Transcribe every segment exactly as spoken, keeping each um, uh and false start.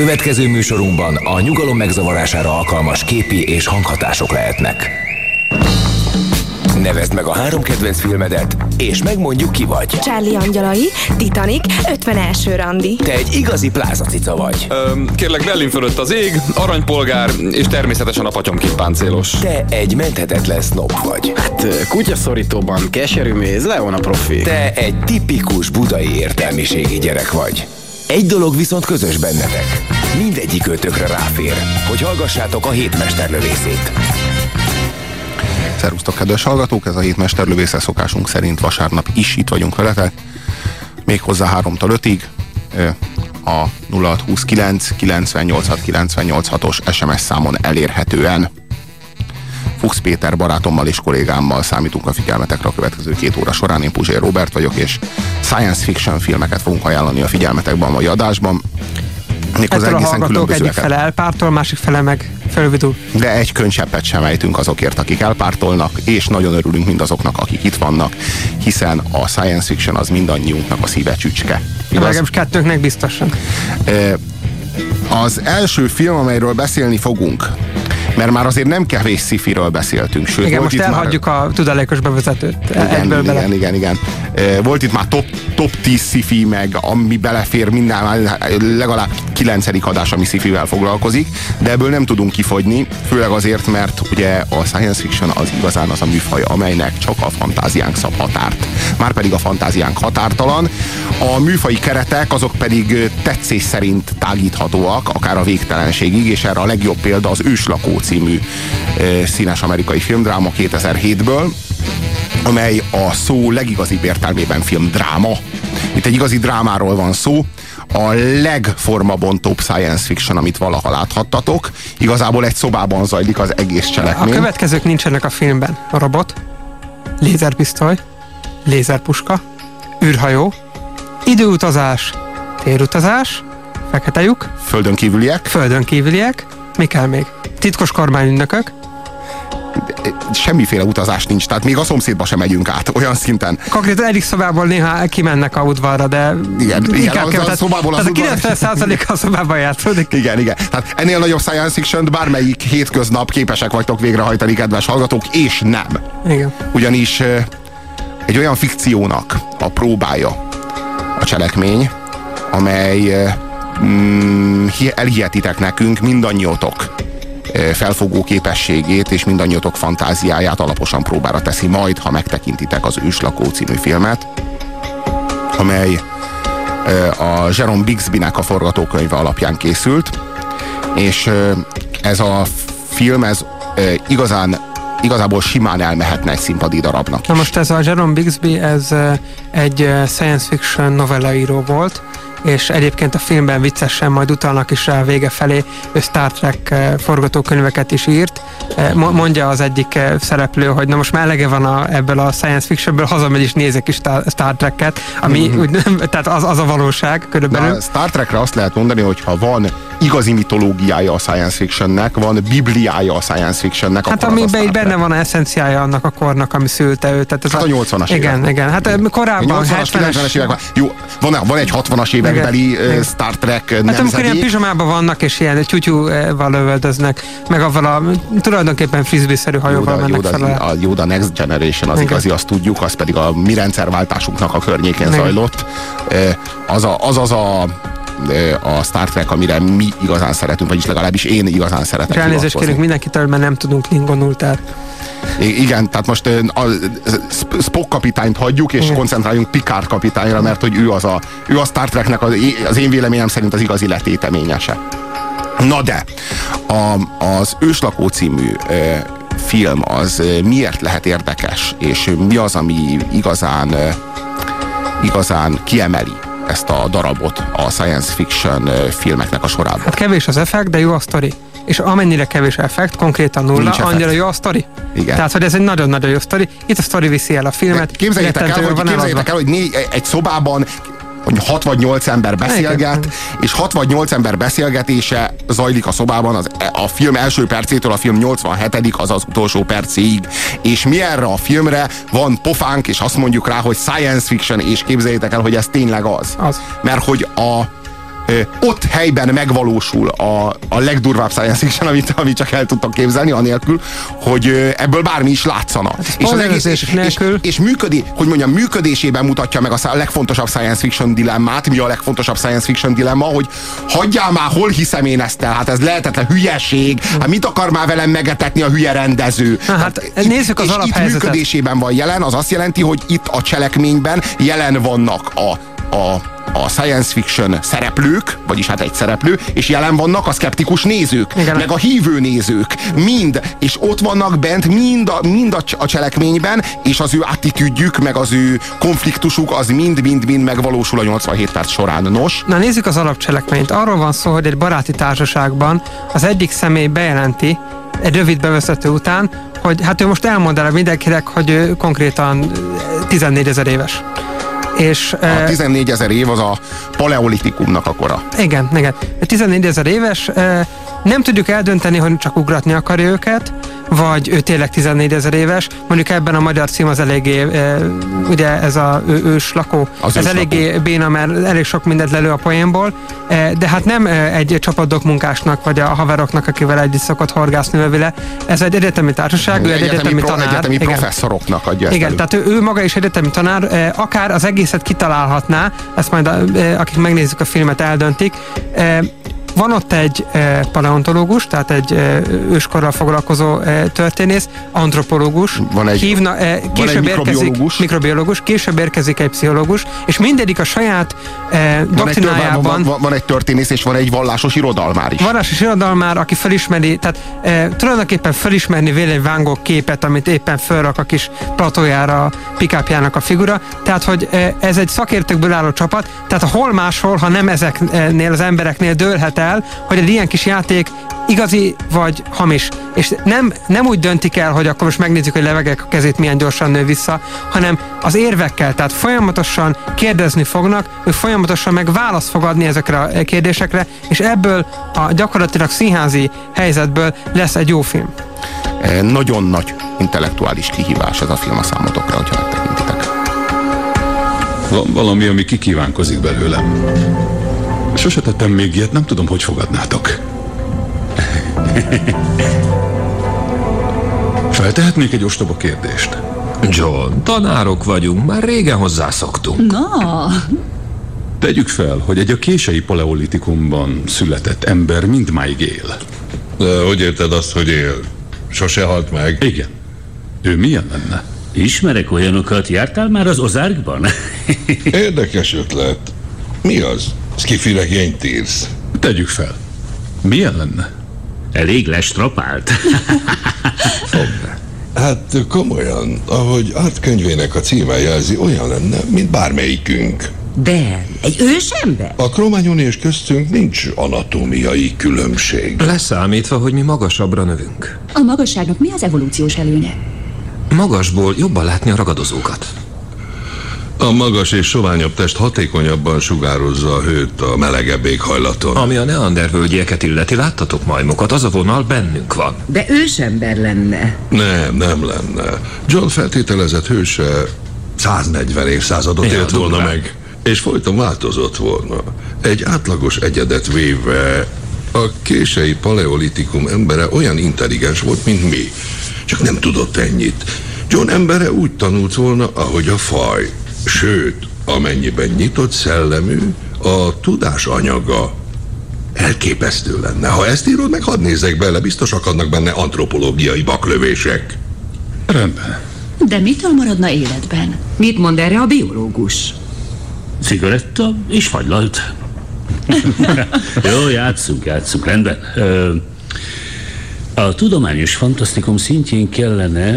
Következő műsorunkban a nyugalom megzavarására alkalmas képi és hanghatások lehetnek. Nevezd meg a három kedvenc filmedet, és megmondjuk, ki vagy. Charlie angyalai, Titanic, ötveneelső randi. Te egy igazi plázacica vagy. Öm, kérlek, Berlin fölött az ég, aranypolgár, és természetesen a patyomként páncélos. Te egy menthetetlen sznob vagy. Hát kutyaszorítóban keserű méz, Leon a profi. Te egy tipikus budai értelmiségi gyerek vagy. Egy dolog viszont közös bennetek. Mindegyik ötökre ráfér, hogy hallgassátok a Hétmesterlövészét. Szervusztok, kedves hallgatók! Ez a Hétmesterlövésze szokásunk szerint vasárnap is itt vagyunk veletek. Méghozzá háromtól ötig a nulla hat huszonkilenc kilencvennyolc kilencvennyolc hatos es em es számon elérhetően. Fuchs Péter barátommal és kollégámmal számítunk a figyelmetekre a következő két óra során. Én Puzsér Róbert vagyok, és science fiction filmeket fogunk ajánlani a figyelmetekben a mai adásban. Ettől a hallgatók egyik fele elpártol, másik fele meg fölvidul. De egy könycseppet sem ejtünk azokért, akik elpártolnak, és nagyon örülünk mindazoknak, akik itt vannak, hiszen a science fiction az mindannyiunknak a szíve csücske. Legalábbis kettőnknek biztosan. Az első film, amelyről beszélni fogunk, mert már azért nem kevés sci-firől beszéltünk. Sőt, igen, most elhagyjuk már... a tudalékos bevezetőt. Igen, igen, igen, igen, igen. Volt itt már top, top tíz sci-fi, meg ami belefér minden, legalább kilencedik adás, ami sci-fivel foglalkozik, de ebből nem tudunk kifogyni, főleg azért, mert ugye a science fiction az igazán az a műfaj, amelynek csak a fantáziánk szab határt. Márpedig a fantáziánk határtalan. A műfaji keretek azok pedig tetszés szerint tágíthatóak, akár a végtelenségig, és erre a legjobb példa az Őslakó című e, színes amerikai filmdráma kétezer-hétből, amely a szó legigazibb értelmében filmdráma. Itt egy igazi drámáról van szó, a legformabontóbb science fiction, amit valaha láthattatok. Igazából egy szobában zajlik az egész cselekmény. A következők nincsenek a filmben. A robot, lézerpisztoly, lézerpuska, űrhajó, időutazás, térutazás, fekete lyuk, földön kívüliek, földön kívüliek, mi kell még? Titkos kormányügynökök. Semmiféle utazás nincs, tehát még a szomszédba sem megyünk át, olyan szinten. Konkrétan egyik szobából néha kimennek a udvarra, de igen, igen, az, kell, a szobából az tehát a kilencven százalék a szobában játszódik. Igen, igen. Tehát ennél nagyobb science fiction bármelyik hétköznap képesek vagytok végrehajtani, kedves hallgatók, és nem. Igen. Ugyanis egy olyan fikciónak a próbája a cselekmény, amely mm, elhihetitek nekünk mindannyiótok felfogó képességét és mindannyiótok fantáziáját alaposan próbára teszi majd, ha megtekintitek az Őslakó című filmet, amely a Jerome Bixbynek a forgatókönyve alapján készült, és ez a film, ez igazán igazából simán elmehetne egy színpadi darabnak is. Na most ez a Jerome Bixby, ez egy science fiction novellaíró volt, és egyébként a filmben viccesen majd utalnak is rá a vége felé, ő Star Trek forgatókönyveket is írt. Mondja az egyik szereplő, hogy na most már elege van a, ebből a science fictionből, hazamegy és nézek is Star Trek-et, ami mm-hmm. úgy nem, tehát az, az a valóság körülbelül. Na, Star Trekre azt lehet mondani, hogy ha van igazi mitológiája a science fictionnek, van bibliája a science fictionnek, hát amiben így benne van a eszenciája annak a kornak, ami szülte őt. Tehát ez hát a nyolcvanas évek. Igen, igen. Hát korábban, nyolcvanas, kilencvenes években. Jó, van, van egy hatvanas évekbeli uh, Star Trek nemzedék. Hát amikor ilyen pizsamában vannak, és ilyen tyútyúval lövöldöznek, meg avval a tulajdonképpen frisbee-szerű hajóval mennek Yoda, fel. A Yoda Next Generation az igen. Igazi, azt tudjuk, az pedig a mi rendszerváltásunknak a környékén igen. zajlott. Az a, az, az a a Star Trek, amire mi igazán szeretünk, vagyis legalábbis én igazán szeretek. Elnézést kérünk mindenkitől, mert nem tudunk lingonul, tehát... Igen, tehát most a Spock kapitányt hagyjuk, és igen. koncentráljunk Picard kapitányra, mert hogy ő, az a, ő a Star Treknek az, az én véleményem szerint az igazi letéteményese. Na de, a, az Őslakó című e, film az miért lehet érdekes, és mi az, ami igazán, e, igazán kiemeli ezt a darabot a science fiction filmeknek a sorában. Hát kevés az effekt, de jó a sztori. És amennyire kevés effekt, konkrétan nulla, annyira jó a sztori. Igen. Tehát, hogy ez egy nagyon-nagyon jó sztori. Itt a sztori viszi el a filmet. Képzeljétek el, hogy, képzeljétek el, hogy négy, egy szobában hat vagy nyolc ember beszélget, és hat vagy nyolc ember beszélgetése zajlik a szobában az, a film első percétől a film nyolcvanhetedik az az utolsó percéig. És mi erre a filmre van pofánk, és azt mondjuk rá, hogy science fiction, és képzeljétek el, hogy ez tényleg az. az. Mert hogy a ott helyben megvalósul a, a legdurvább science fiction, amit, amit csak el tudtak képzelni, anélkül, hogy ebből bármi is látszana. Hát és, az egész, és, és, és működi, hogy mondjam, működésében mutatja meg a, a legfontosabb science fiction dilemmát. Mi a legfontosabb science fiction dilemma, hogy hagyjál már, hol hiszem én ezt el? Hát ez lehetetlen hülyeség. Hát mit akar már velem megetetni a hülye rendező? Na, hát itt, nézzük az alaphelyzetet. Itt működésében van jelen, az azt jelenti, hogy itt a cselekményben jelen vannak a, a, a science fiction szereplők, vagyis hát egy szereplő, és jelen vannak a szkeptikus nézők, igen, meg a hívő nézők, mind, és ott vannak bent mind a, mind a cselekményben, és az ő attitűdjük, meg az ő konfliktusuk, az mind-mind-mind megvalósul a nyolcvanhét perc során. Nos? Na nézzük az alapcselekményt. Arról van szó, hogy egy baráti társaságban az egyik személy bejelenti, egy rövid bevezető után, hogy hát ő most elmond el mindenkinek, hogy ő konkrétan tizennégyezer éves. És, a tizennégyezer év az a paleolitikumnak a kora. Igen, igen. tizennégyezer éves, nem tudjuk eldönteni, hogy csak ugratni akarja őket, vagy ő tényleg tizennégyezer éves. Mondjuk ebben a magyar cím az eléggé, ugye ez a ő, ős lakó, az ez eléggé lakó. Béna, mert elég sok mindent lelő a poénból, de hát nem egy csapat munkásnak, vagy a haveroknak, akivel együtt szokott horgászni övile. Ez egy egyetemi társaság, ő egy egyetemi, egyetemi pro, tanár. Egyetemi igen. professzoroknak adja ezt igen, elő. tehát ő, ő maga is egyetemi tanár, akár az egészet kitalálhatná, ezt majd a, akik megnézik a filmet eldöntik. Van ott egy e, paleontológus, tehát egy e, őskorral foglalkozó e, történész, antropológus, van egy, hívna, e, később van egy mikrobiológus. érkezik, mikrobiológus, később érkezik egy pszichológus, és mindegyik a saját e, doktrinájában... Van, van, van egy történész, és van egy vallásos irodalmár is. Vallásos irodalmár, aki felismeri, tehát e, tulajdonképpen felismerni véle egy Van Gogh képet, amit éppen fölrak a kis platójára a pikápjának a figura, tehát hogy e, ez egy szakértőkből álló csapat, tehát hol máshol, ha nem ezeknél az embereknél dőlhet el, hogy egy ilyen kis játék igazi vagy hamis. És nem, nem úgy döntik el, hogy akkor most megnézzük, hogy levegek a kezét milyen gyorsan nő vissza, hanem az érvekkel, tehát folyamatosan kérdezni fognak, ők folyamatosan meg választ fog adni ezekre a kérdésekre, és ebből a gyakorlatilag színházi helyzetből lesz egy jó film. E, nagyon nagy intellektuális kihívás ez a film a számotokra, hogyha megtekintitek. Van valami, ami kikívánkozik belőlem. Sose tettem még ilyet, nem tudom, hogy fogadnátok. Feltehetnék egy ostoba kérdést? John, tanárok vagyunk, már régen hozzászoktunk. Na. Tegyük fel, hogy egy a kései paleolitikumban született ember mindmáig él. De hogy érted azt, hogy él? Sose halt meg? Igen. Ő milyen lenne? Ismerek olyanokat, jártál már az Ozarkban? Érdekes ötlet. Mi az? Skifi regényt írsz? Tegyük fel. Milyen lenne? Elég lestrapált. Hát komolyan, ahogy Art könyvének a címe jelzi, olyan lenne, mint bármelyikünk. De egy ősember? A Cro-Magnon és köztünk nincs anatómiai különbség. Leszámítva, hogy mi magasabbra növünk. A magasságnak mi az evolúciós előnye? Magasból jobban látni a ragadozókat. A magas és soványabb test hatékonyabban sugározza a hőt a melegebb éghajlaton. Ami a neandervölgyeket illeti, láttatok majmokat, az a vonal bennünk van. De ősember lenne. Nem, nem lenne. John feltételezett hőse száznegyven évszázadot ja, élt volna durván. meg, és folyton változott volna. Egy átlagos egyedet véve a kései paleolitikum embere olyan intelligens volt, mint mi. Csak nem tudott ennyit. John embere úgy tanult volna, ahogy a faj. Sőt, amennyiben nyitott szellemű, a tudás anyaga elképesztő lenne. Ha ezt írod meg, hadd nézzek bele, biztos akadnak benne antropológiai baklövések. Rendben. De mitől maradna életben? Mit mond erre a biológus? Cigaretta és fagylalt. Jó, játsszunk, játsszunk, rendben. Ö, a tudományos fantasztikum szintjén kellene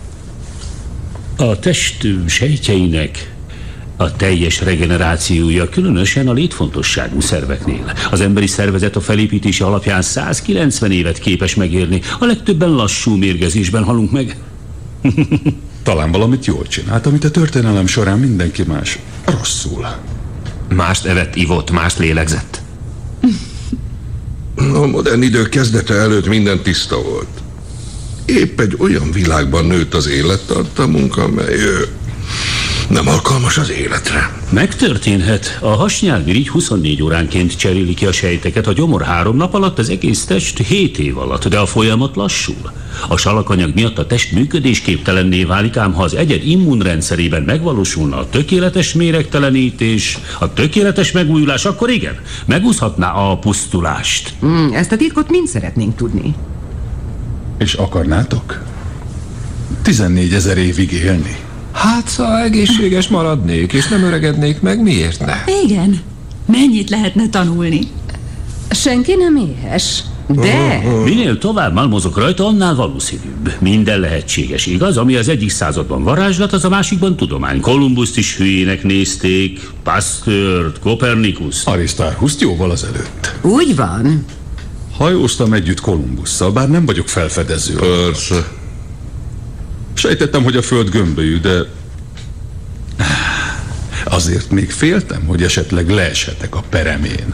a test sejtjeinek a teljes regenerációja, különösen a létfontosságú szerveknél. Az emberi szervezet a felépítése alapján százkilencven évet képes megérni, a legtöbben lassú mérgezésben halunk meg. Talán valamit jól csinált, amit a történelem során mindenki más rosszul. Mást evett, ivott, mást lélegzett. A modern idők kezdete előtt minden tiszta volt. Épp egy olyan világban nőtt az élettartamunk, amely Nem alkalmas az életre. Megtörténhet. A hasnyálmirigy huszonnégy óránként cseréli ki a sejteket, a gyomor három nap alatt, az egész test hét év alatt, de a folyamat lassul. A salakanyag miatt a test működésképtelenné válik, ám ha az egyed immunrendszerében megvalósulna a tökéletes méregtelenítés, a tökéletes megújulás, akkor igen, megúszhatná a pusztulást. Mm, ezt a titkot mind szeretnénk tudni. És akarnátok? tizennégyezer évig élni? Hát, ha egészséges maradnék, és nem öregednék meg, miért ne? Igen. Mennyit lehetne tanulni? Senki nem éhes. De... Minél tovább malmozok rajta, annál valószínűbb. Minden lehetséges, igaz? Ami az egyik században varázslat, az a másikban tudomány. Kolumbuszt is hülyének nézték, Pasteurt, Kopernikuszt. Arisztárchuszt jóval azelőtt. Úgy van. Hajóztam együtt Kolumbusszal, bár nem vagyok felfedező. Persze. Sejtettem, hogy a föld gömbölyű, de azért még féltem, hogy esetleg leeshetek a peremén.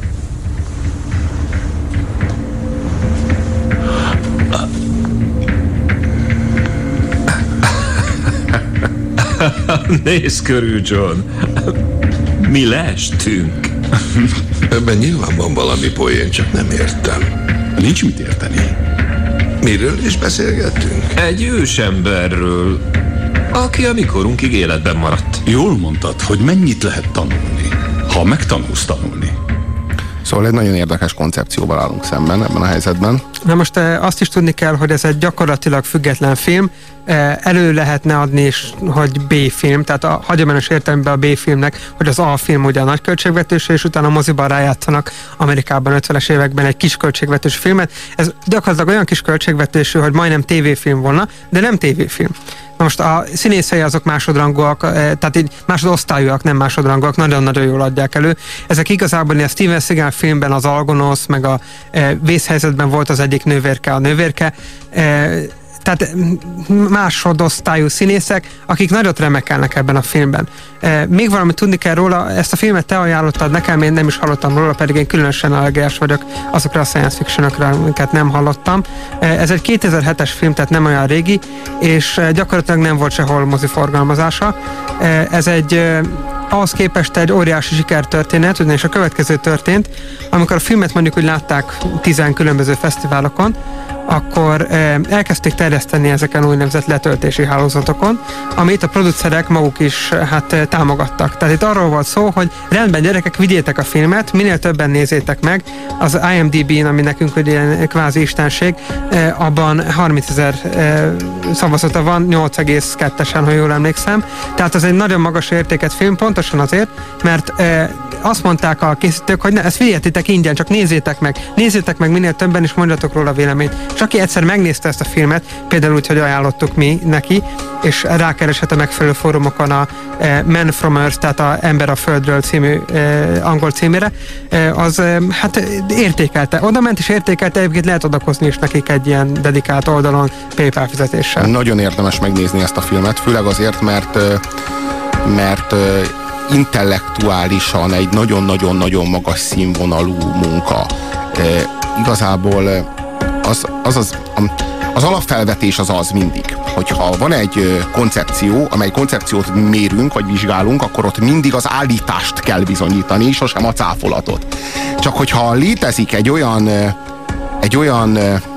Nézz körül, John. Mi leestünk. Ebben nyilván van valami poén, csak nem értem. Nincs mit érteni. Miről is beszélgettünk? Egy ősemberről, aki a mikorunkig életben maradt. Jól mondtad, hogy mennyit lehet tanulni, ha megtanulsz tanulni. Szóval egy nagyon érdekes koncepcióval állunk szemben ebben a helyzetben. Na most azt is tudni kell, hogy ez egy gyakorlatilag független film. Elő lehetne adni is, hogy B-film, tehát a hagyományos értelemben a B-filmnek, hogy az A-film ugye a nagy költségvetésű, és utána a moziban rájátszanak Amerikában ötvenes években egy kis költségvetésű filmet. Ez gyakorlatilag olyan kis költségvetésű, hogy majdnem tévéfilm volna, de nem tévéfilm. Na most a színészei azok másodrangúak, tehát így másodosztályúak, nem másodrangúak, nagyon-nagyon jól adják elő. Ezek igazából a Steven Seagal filmben az Algonosz, meg a Vészhelyzetben volt az egyik nővérke, a nővérke, tehát másodosztályú színészek, akik nagyot remekelnek ebben a filmben. E, még valamit tudni kell róla, ezt a filmet te ajánlottad nekem, én nem is hallottam róla, pedig én különösen allergiás vagyok azokra a science fictionokra, amiket nem hallottam. E, ez egy kétezer-hetes film, tehát nem olyan régi, és gyakorlatilag nem volt sehol moziforgalmazása. E, ez egy e, ahhoz képest egy óriási sikertörténet, ugyanis a következő történt, amikor a filmet mondjuk úgy látták tizen különböző fesztiválokon, akkor eh, elkezdték terjeszteni ezeken úgynevezett letöltési hálózatokon, amit a producerek maguk is hát eh, támogattak. Tehát itt arról volt szó, hogy rendben gyerekek, vigyétek a filmet, minél többen nézzétek meg. Az IMDb-n, ami nekünk ugye ilyen kvázi istenség, eh, abban harmincezer eh, szavazata van, nyolc egész kettesen, ha jól emlékszem. Tehát az egy nagyon magas értéket film, pontosan azért, mert eh, azt mondták a készítők, hogy ne, ezt vigyétek ingyen, csak nézzétek meg. Nézzétek meg minél többen, és mondjatok róla véleményt. És aki egyszer megnézte ezt a filmet, például úgy, hogy ajánlottuk mi neki, és rákeresett a megfelelő fórumokon a e, Man from Earth, tehát a Ember a Földről című e, angol címére, e, az e, hát értékelte. Oda ment és értékelte, egyébként lehet odakozni is nekik egy ilyen dedikált oldalon PayPal fizetéssel. Nagyon érdemes megnézni ezt a filmet, főleg azért, mert mert intellektuálisan egy nagyon-nagyon-nagyon magas színvonalú munka. E, igazából az, az, az, az alapfelvetés az az mindig, hogyha van egy koncepció, amely koncepciót mérünk, vagy vizsgálunk, akkor ott mindig az állítást kell bizonyítani, sosem a cáfolatot. Csak hogyha létezik egy olyan egy olyan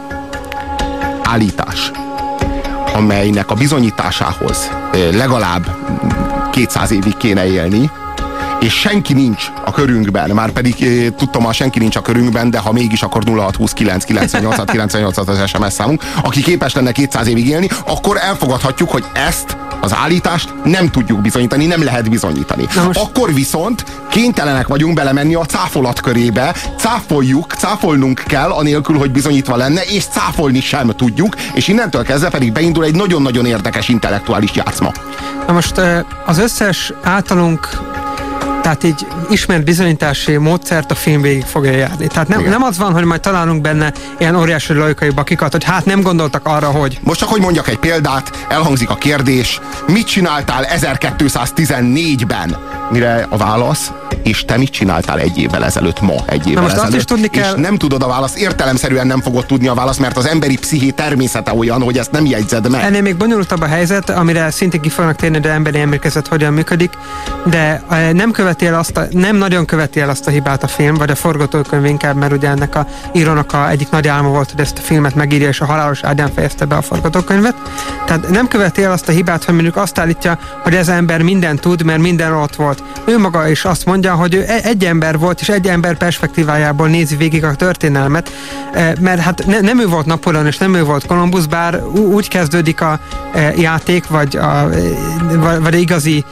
állítás, amelynek a bizonyításához legalább kétszáz évig kéne élni, és senki nincs a körünkben, már pedig eh, tudtam, hogy senki nincs a körünkben, de ha mégis, akkor nulla hat húsz-kilenc kilencvennyolc kilencvennyolc az es em es számunk, aki képes lenne kétszáz évig élni, akkor elfogadhatjuk, hogy ezt az állítást nem tudjuk bizonyítani, nem lehet bizonyítani. Most... Akkor viszont kénytelenek vagyunk belemenni a cáfolat körébe, cáfoljuk, cáfolnunk kell, anélkül, hogy bizonyítva lenne, és cáfolni sem tudjuk, és innentől kezdve pedig beindul egy nagyon-nagyon érdekes intellektuális játszma. Na most az összes általunk tehát így ismert bizonyítási módszert a film végig fogja járni. Tehát nem, nem az van, hogy majd találunk benne ilyen óriási logikai bakikat, hogy hát nem gondoltak arra, hogy... Most csak, hogy mondjak egy példát, elhangzik a kérdés, mit csináltál ezerkétszáztizennégyben? Mire a válasz, és te mit csináltál egy évvel ezelőtt, ma egy évvel most ezelőtt, azt is tudni és kell... nem tudod a választ, értelemszerűen nem fogod tudni a választ, mert az emberi psziché természete olyan, hogy ezt nem jegyzed meg. Ennél még bonyolultabb a helyzet, amire szintén ki fognak térni, de emberi emlékezet hogyan működik, de nem követi el azt a, nem nagyon követi el azt a hibát a film, vagy a forgatókönyv inkább, mert ugye ennek a írónak a egyik nagy álma volt, hogy ezt a filmet megírja, és a halálos ágyán fejezte be a forgatókönyvet. Tehát nem követi el azt a hibát, hogy mondjuk azt állítja, hogy ez ember mindent tud, mert minden ott volt. Ő maga is azt mondja, hogy ő egy ember volt, és egy ember perspektívájából nézi végig a történelmet, mert hát ne, nem ő volt Napóleon, és nem ő volt Kolumbusz, bár úgy kezdődik a játék, vagy a vagy igazi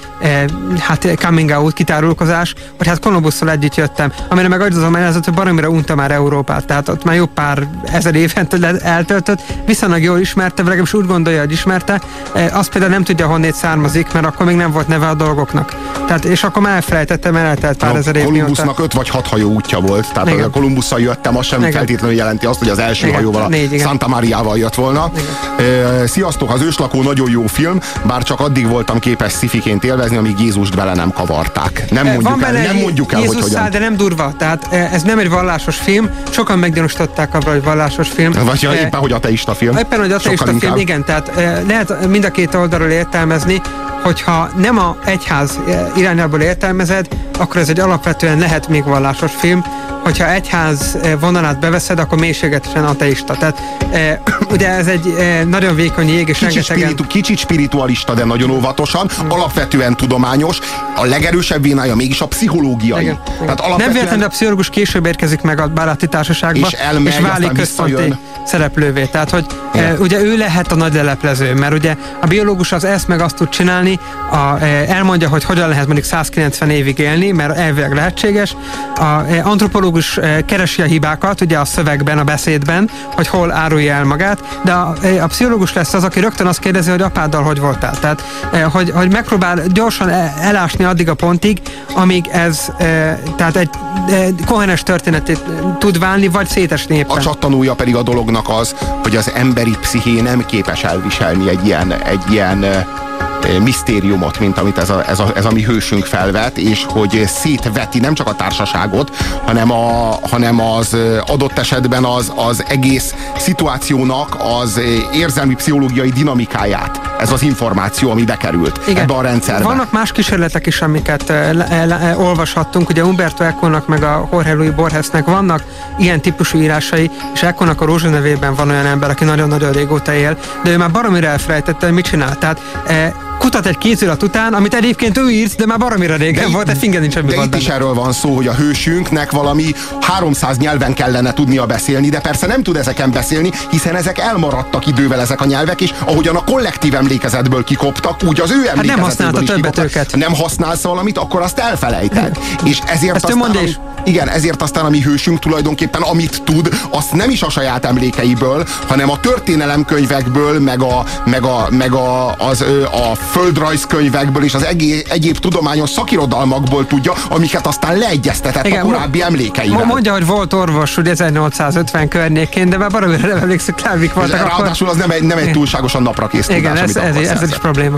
hát coming out, kitárulkozás, hogy hát Kolumbusszal együtt jöttem, amire meg adjazom el, hogy baromira unta már Európát, tehát ott már jó pár ezer évet eltöltött, viszonylag jól ismerte, vagy legalábbis úgy gondolja, hogy ismerte, azt például nem tudja, honnét származik, mert akkor még nem volt neve a dolgoknak. Tehát, és akkor már elfelejtette, mert eltelt pár ezer év. Kolumbusznak öt vagy hat hajó útja volt, tehát igen. A Kolumbusszal jöttem, az sem igen. feltétlenül jelenti azt, hogy az első igen. hajóval, a négy, Santa Mariával jött volna. Igen. Sziasztok, az Őslakó nagyon jó film, bár csak addig voltam képes szifiként élvezni, amíg Jézust bele nem kavarták. Nem mondjuk el, nem mondjuk el, Jézus hogy hogyan. Száll, de nem durva. Tehát ez nem egy vallásos film. Sokan meggyanúsították abra, hogy vallásos film. Vagy e, éppen, hogy ateista film. Éppen, hogy ateista film, inkább. Igen. Tehát lehet mind a két oldalról értelmezni, hogyha nem a egyház irányából értelmezed, akkor ez egy alapvetően lehet még vallásos film. Hogyha egyház vonalát beveszed, akkor mélységesen ateista. Tehát e, ugye ez egy e, nagyon vékony jég, és kicsit, rengetegen... spiritu, kicsit spiritualista, de nagyon óvatosan, hmm. alapvetően tudományos, a legerősebb vénája mégis a pszichológiai. Igen, igen. Tehát alapvetően... Nem véletlenül a pszichológus később érkezik meg a Báráti Társaságba, és, elmegy, és válik központi szereplővé. Tehát, hogy e, ugye ő lehet a nagy leleplező, mert ugye a biológus az ezt meg azt tud csinálni, a, e, elmondja, hogy hogyan lehet mondjuk százkilencven évig élni, mert elvileg lehetséges. A e, antropológus keresi a hibákat, ugye a szövegben, a beszédben, hogy hol árulja el magát, de a, a pszichológus lesz az, aki rögtön azt kérdezi, hogy apáddal hogy voltál. Tehát, hogy, hogy megpróbál gyorsan elásni addig a pontig, amíg ez tehát egy kohenes történetét tud válni, vagy szétesni éppen. A csattanója pedig a dolognak az, hogy az emberi psziché nem képes elviselni egy ilyen, egy ilyen misztériumot, mint amit ez a, ez, a, ez a mi hősünk felvet, és hogy szétveti nem csak a társaságot, hanem, a, hanem az adott esetben az, az egész szituációnak az érzelmi pszichológiai dinamikáját. Ez az információ, ami bekerült igen. ebbe a rendszerbe. Vannak más kísérletek is, amiket le, le, le, olvashattunk. Ugye Umberto Eco-nak meg a Jorge Luis Borgesnek vannak ilyen típusú írásai, és Eco-nak a Rózsa nevében van olyan ember, aki nagyon-nagyon régóta él, de ő már baromira elfelejtette, hogy mit csinál. Tehát e, kutat egy kézirat után, amit egyébként ő írt, de már baromira régen de volt, de finger nincs, de itt is erről van szó, hogy a hősünknek valami háromszáz nyelven kellene tudnia beszélni, de persze nem tud ezeken beszélni, hiszen ezek elmaradtak idővel ezek a nyelvek, és ahogyan a kollektív emlékezetből kikoptak, úgy az ő emlékezetből hát nem használta többet őket. Nem használsz valamit, akkor azt elfelejted. És ezért ezt aztán, ami, igen, ezért aztán a mi hősünk tulajdonképpen amit tud, azt nem is a saját emlékeiből, hanem a történelemkönyvekből, meg a, meg a, meg a, az, a földrajzkönyvekből és az egé, egyéb tudományos szakirodalmakból tudja, amiket aztán leegyeztetett igen, a korábbi emlékeivel. Mondja, hogy volt orvos, ugye ezernyolcszázötven környékén, de már baromira nem emlékszük, mik voltak. Ráadásul az nem egy, nem egy túlságosan napra kész tudás, igen, ez, ez, ez is probléma.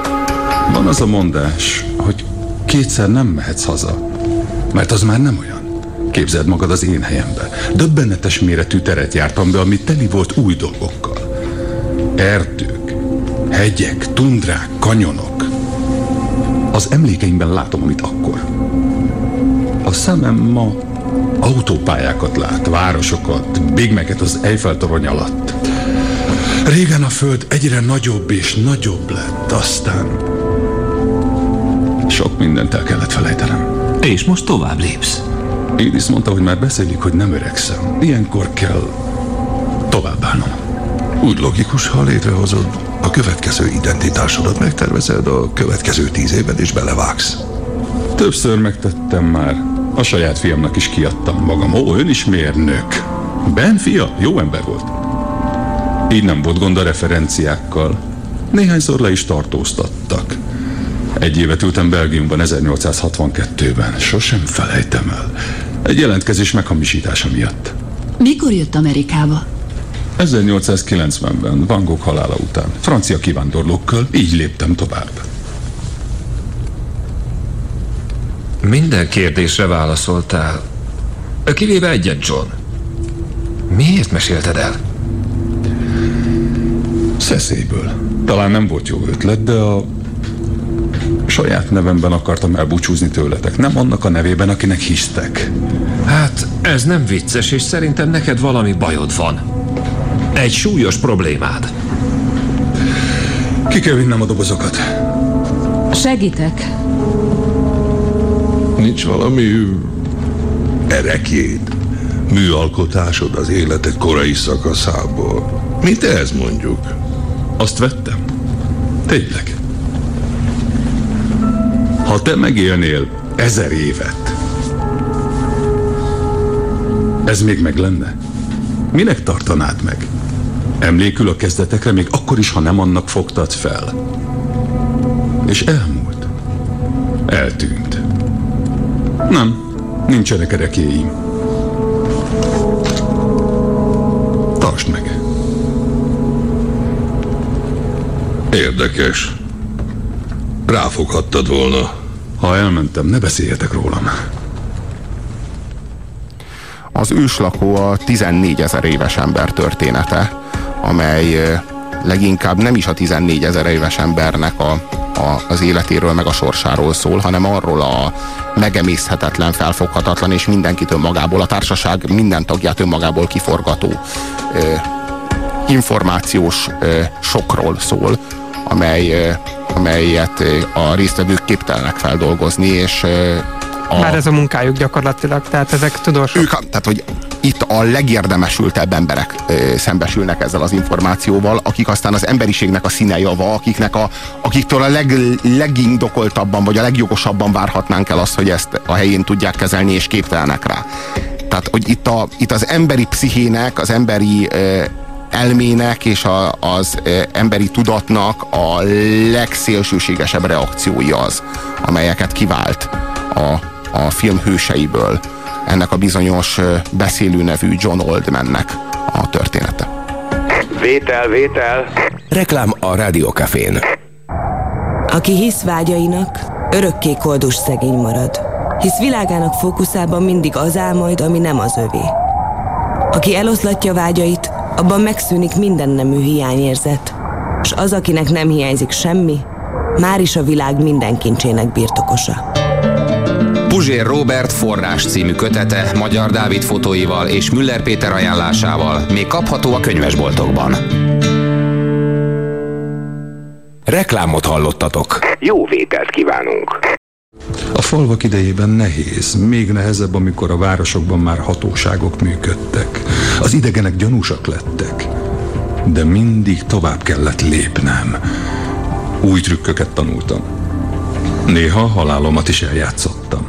Van az a mondás, hogy kétszer nem mehetsz haza, mert az már nem olyan. Képzeld magad az én helyembe. Döbbenetes méretű teret jártam be, ami teli volt új dolgokkal. Erdők, hegyek, tundrák, kanyonok. Az emlékeimben látom, amit akkor. A szemem ma autópályákat lát, városokat, Big Mac-et az Eiffel-torony alatt. Régen a föld egyre nagyobb és nagyobb lett, aztán sok mindent el kellett felejtenem. És most tovább lépsz. Iris mondta, hogy már beszélik, hogy nem öregszem. Ilyenkor kell továbbállnom. Úgy logikus, ha létrehozod a következő identitásodat, megtervezed a következő tíz évben is belevágsz. Többször megtettem már. A saját fiamnak is kiadtam magam. Ó, ön is mérnök. Ben fia, jó ember volt. Így nem volt gond a referenciákkal. Néhányszor le is tartóztattak. Egy évet ültem Belgiumban ezernyolcszázhatvankettőben. Sosem felejtem el. Egy jelentkezés meghamisítása miatt. Mikor jött Amerikába? ezernyolcszázkilencvenben, Van Gogh halála után. Francia kivándorlókkal, így léptem tovább. Minden kérdésre válaszoltál. Kivéve egyet, John. Miért mesélted el? Szeszélyből. Talán nem volt jó ötlet, de a saját nevemben akartam elbúcsúzni tőletek. Nem annak a nevében, akinek hisztek. Hát, ez nem vicces, és szerintem neked valami bajod van. Egy súlyos problémád. Ki kell vinnem a dobozokat. Segítek. Nincs valami erekjéd, műalkotásod az életed korai szakaszából. Mit ez mondjuk? Azt vettem. Tényleg. Ha te megélnél ezer évet, ez még meg lenne? Minek tartanád meg? Emlékül a kezdetekre, még akkor is, ha nem annak fogtad fel. És elmúlt. Eltűnt. Nem, nincsenek erekjéim. Tartsd meg. Érdekes. Ráfoghattad volna. Ha elmentem, ne beszéljetek rólam. Az őslakó a tizennégyezer éves ember története, amely leginkább nem is a tizennégyezer éves embernek a, a, az életéről meg a sorsáról szól, hanem arról a megemészhetetlen, felfoghatatlan és mindenkit önmagából, a társaság minden tagját önmagából kiforgató ö, információs ö, sokról szól, amely, ö, amelyet a résztvevők képtelenek feldolgozni, és ö, a, Már ez a munkájuk gyakorlatilag, tehát ezek tudósok. Ők, tehát, hogy itt a legérdemesültebb emberek ö, szembesülnek ezzel az információval, akik aztán az emberiségnek a színejava, akiknek a, akiktől a leg, legindokoltabban, vagy a legjogosabban várhatnánk el azt, hogy ezt a helyén tudják kezelni, és képtelenek rá. Tehát, hogy itt, a, itt az emberi pszichének, az emberi ö, elmének és a, az ö, emberi tudatnak a legszélsőségesebb reakciói az, amelyeket kivált a, a film hőseiből ennek a bizonyos beszélő nevű John Oldmannek a története. Vétel, vétel! Reklám a Rádiókafén. Aki hisz vágyainak, örökké koldus szegény marad. Hisz világának fókuszában mindig az áll majd, ami nem az övé. Aki eloszlatja vágyait, abban megszűnik minden nemű hiányérzet, s az, akinek nem hiányzik semmi, már is a világ minden kincsének birtokosa. Puzsér Róbert forrás című kötete Magyar Dávid fotóival és Müller Péter ajánlásával még kapható a könyvesboltokban. Reklámot hallottatok. Jó vételt kívánunk. A falvak idejében nehéz, még nehezebb, amikor a városokban már hatóságok működtek. Az idegenek gyanúsak lettek, de mindig tovább kellett lépnem. Új trükköket tanultam. Néha halálomat is eljátszottam.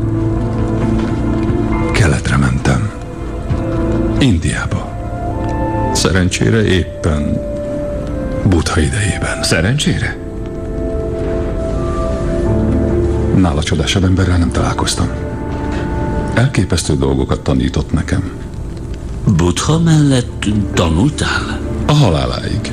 Keletre mentem. Indiába. Szerencsére éppen Buddha idejében. Szerencsére? Nála csodásabb emberrel nem találkoztam. Elképesztő dolgokat tanított nekem. Buddha mellett tanultál? A haláláig.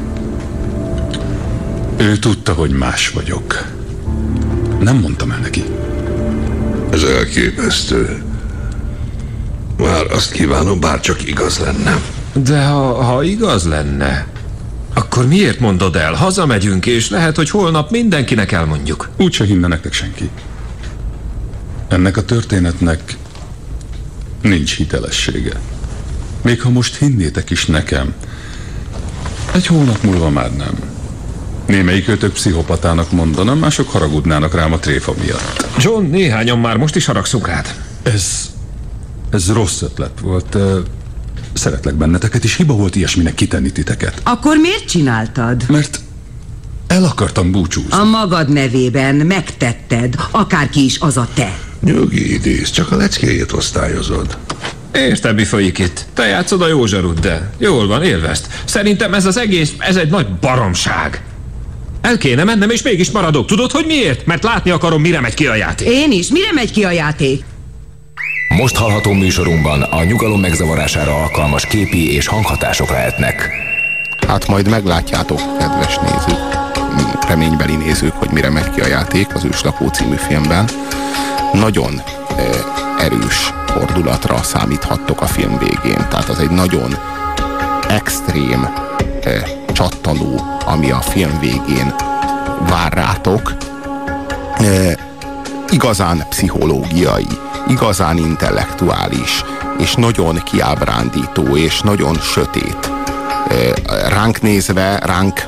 Ő tudta, hogy más vagyok. Nem mondtam el neki. Ez elképesztő. Már azt kívánom, bárcsak igaz lenne. De ha, ha igaz lenne, akkor miért mondod el? Hazamegyünk, és lehet, hogy holnap mindenkinek elmondjuk. Úgyse hinne nektek senki. Ennek a történetnek nincs hitelessége. Még ha most hinnétek is nekem, egy hónap múlva már nem. Némelyik őtök pszichopatának mondana, mások haragudnának rám a tréfa miatt. John, néhányan már most is haragszunk rád. Ez... ez rossz ötlet volt. Szeretlek benneteket, és hiba volt ilyesminek kitenni titeket. Akkor miért csináltad? Mert el akartam búcsúzni. A magad nevében megtetted, akárki is az a te. Nyugi, idéz, csak a leckéjét osztályozod. Érted, mi folyik itt? Te játszod a jó zsarut, de jól van, élvezd. Szerintem ez az egész, ez egy nagy baromság. El kéne mennem, és mégis maradok. Tudod, hogy miért? Mert látni akarom, mire megy ki a játék. Én is. Mire megy ki a játék? Most hallható műsorunkban a nyugalom megzavarására alkalmas képi és hanghatások lehetnek. Hát majd meglátjátok, kedves nézők, reménybeli nézők, hogy mire megy ki a játék az Őslakó című filmben. nagyon erős fordulatra számíthattok a film végén. Tehát az egy nagyon extrém csattanó, ami a film végén vár rátok. Igazán pszichológiai, igazán intellektuális, és nagyon kiábrándító, és nagyon sötét. Ránk nézve, ránk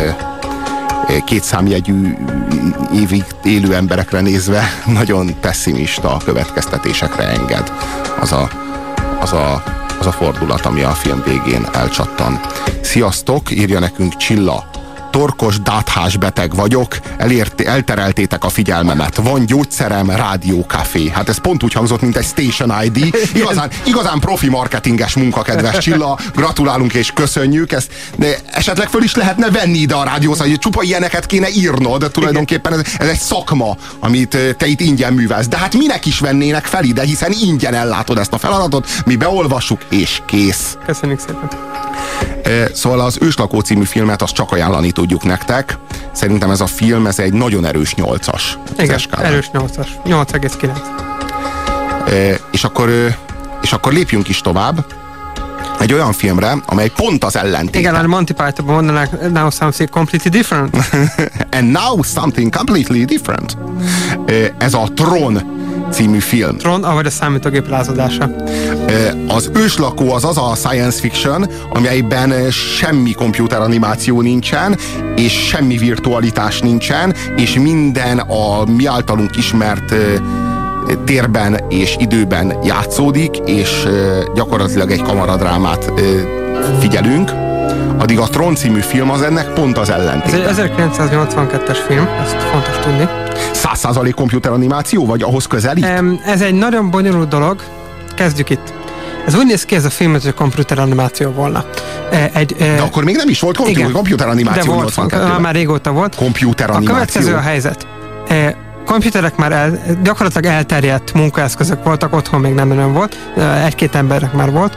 kétszámjegyű évig élő emberekre nézve nagyon pessimista következtetésekre enged az a, az a, az a fordulat, ami a film végén elcsattan. Sziasztok, írja nekünk Csilla. Torkos dáthás beteg vagyok, elért, eltereltétek a figyelmemet. Van gyógyszerem, rádiókafé. Hát ez pont úgy hangzott, mint egy Station i dé. Igazán, igazán profi marketinges munka, kedves Csilla. Gratulálunk és köszönjük. Ezt de esetleg föl is lehetne venni ide a rádióhoz, hogy csupa ilyeneket kéne írnod. Tulajdonképpen ez, ez egy szakma, amit te itt ingyen művelsz. De hát minek is vennének fel ide, hiszen ingyen ellátod ezt a feladatot. Mi beolvassuk és kész. Köszönjük szépen. Szóval az Őslakó című filmet azt csak ajánlani tudjuk nektek. Szerintem ez a film, ez egy nagyon erős nyolcas. Igen, erős nyolcas. nyolc egész kilenc. És akkor, és akkor lépjünk is tovább egy olyan filmre, amely pont az ellentéte. Igen, a Monty Pythonban mondanák, now something completely different. And now something completely different. Ez a Tron című film. Tron, avagy a számítógép lázadása. Az Őslakó az az a science fiction, amelyben semmi komputeranimáció nincsen, és semmi virtualitás nincsen, és minden a mi általunk ismert térben és időben játszódik, és gyakorlatilag egy kamaradrámát figyelünk. Addig a Tron című film az ennek pont az ellentéte. Ez egy ezerkilencszáznyolcvankettes film, ezt fontos tudni. száz százalék komputeranimáció, vagy ahhoz közelít? Ez egy nagyon bonyolult dolog. Kezdjük itt. Ez úgy néz ki, ez a film, hogy komputeranimáció volna. Egy, de akkor még nem is volt komputeranimáció nyolcvankettőben. Már régóta volt. Komputeranimáció. A következő a helyzet. Komputerek már el, gyakorlatilag elterjedt munkaeszközök voltak, otthon még nem nagyon volt, egy-két embernek már volt,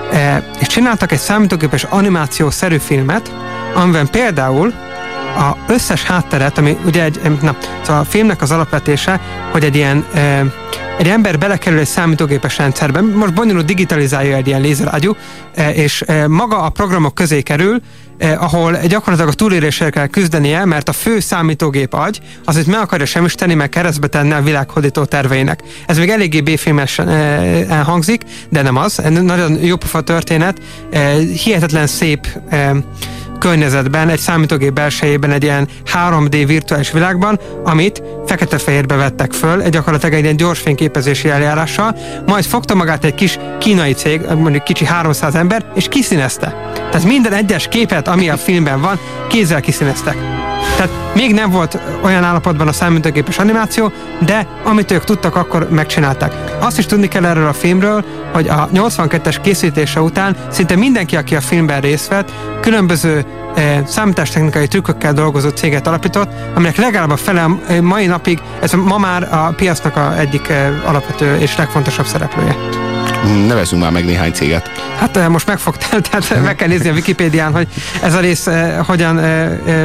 és csináltak egy számítógépes animációszerű filmet, amiben például a összes hátteret, ami ugye egy, na, szóval a filmnek az alapvetése, hogy egy ilyen egy ember belekerül egy számítógépes rendszerbe, most bonyolult digitalizálja egy ilyen lézerágyú, és maga a programok közé kerül, ahol gyakorlatilag a túlélésre kell küzdenie, mert a fő számítógép agy az, hogy meg akarja semmisíteni, meg keresztbe tenni a világhódító terveinek. Ez még eléggé B-filmesen elhangzik, de nem az. Nagyon jópofa történet, hihetetlen szép környezetben, egy számítógép belsejében, egy ilyen három dé virtuális világban, amit fekete-fehérbe vettek föl, egy gyakorlatilag egy ilyen gyors fényképezési eljárással, majd fogta magát egy kis kínai cég, mondjuk kicsi háromszáz ember, és kiszínezte. Tehát minden egyes képet, ami a filmben van, kézzel kiszíneztek. Tehát még nem volt olyan állapotban a számítógépes animáció, de amit ők tudtak, akkor megcsinálták. Azt is tudni kell erről a filmről, hogy a nyolcvankettes készítése után szinte mindenki, aki a filmben részt vett, különböző eh, számítástechnikai trükkökkel dolgozó céget alapított, aminek legalább a fele eh, mai napig, ez ma már a piacnak a egyik eh, alapvető és legfontosabb szereplője. Nevezzünk már meg néhány céget. Hát most megfogtál, tehát meg kell nézni a Wikipédián, hogy ez a rész eh, hogyan eh, eh,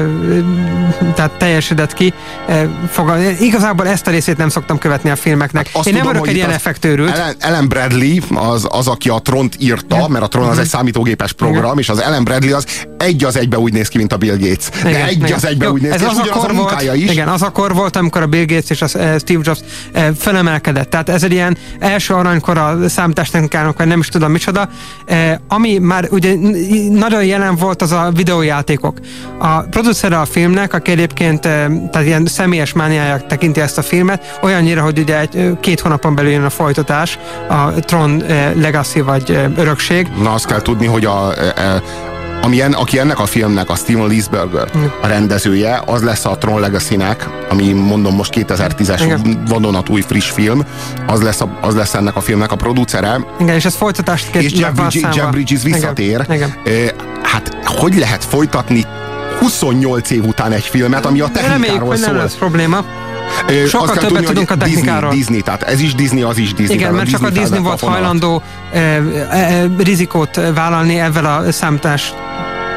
tehát teljesedett ki. Eh, fogal... Igazából ezt a részét nem szoktam követni a filmeknek. Hát én nem vagyok egy ilyen effektőrült. Ellen, Ellen Bradley az, az, aki a Tront írta, ja. mert a Tron az uh-huh. egy számítógépes program, igen. és az Ellen Bradley az egy az egybe úgy néz ki, mint a Bill Gates. De igen, egy igen. az egybe Jó, úgy néz ki, és az ugyanaz a munkája volt, is. Igen, az akkor volt, amikor a Bill Gates és a Steve Jobs eh, felemelkedett. Tehát ez egy ilyen első aranykor a számítástechnikának, vagy nem is tudom micsoda, eh, ami már ugye nagyon jelen volt, az a videójátékok. A producere a filmnek, aki egyébként eh, tehát ilyen személyes mániája tekinti ezt a filmet, olyannyira, hogy ugye egy, két hónapon belül jön a folytatás, a Tron eh, Legacy vagy eh, Örökség. Na azt kell tudni, hogy a eh, Amilyen, aki ennek a filmnek a Steven Lisberger a rendezője, az lesz a Tron Legacy-nek, ami mondom most kétezer-tízes vadonatúj friss film, az lesz, a, az lesz ennek a filmnek a producere. Igen, és ez folytatást és Jeff, Bridges, Jeff Bridges visszatér. Igen. Igen. Hát hogy lehet folytatni huszonnyolc év után egy filmet, ami a technikáról Reméljük, szól? Reméljük, hogy nem lesz probléma. Sokkal többet tudni, tudunk a technikáról. Disney, Disney, tehát ez is Disney, az is Disney. Igen, mert csak a Disney volt hajlandó e, e, rizikót vállalni ezzel a számítás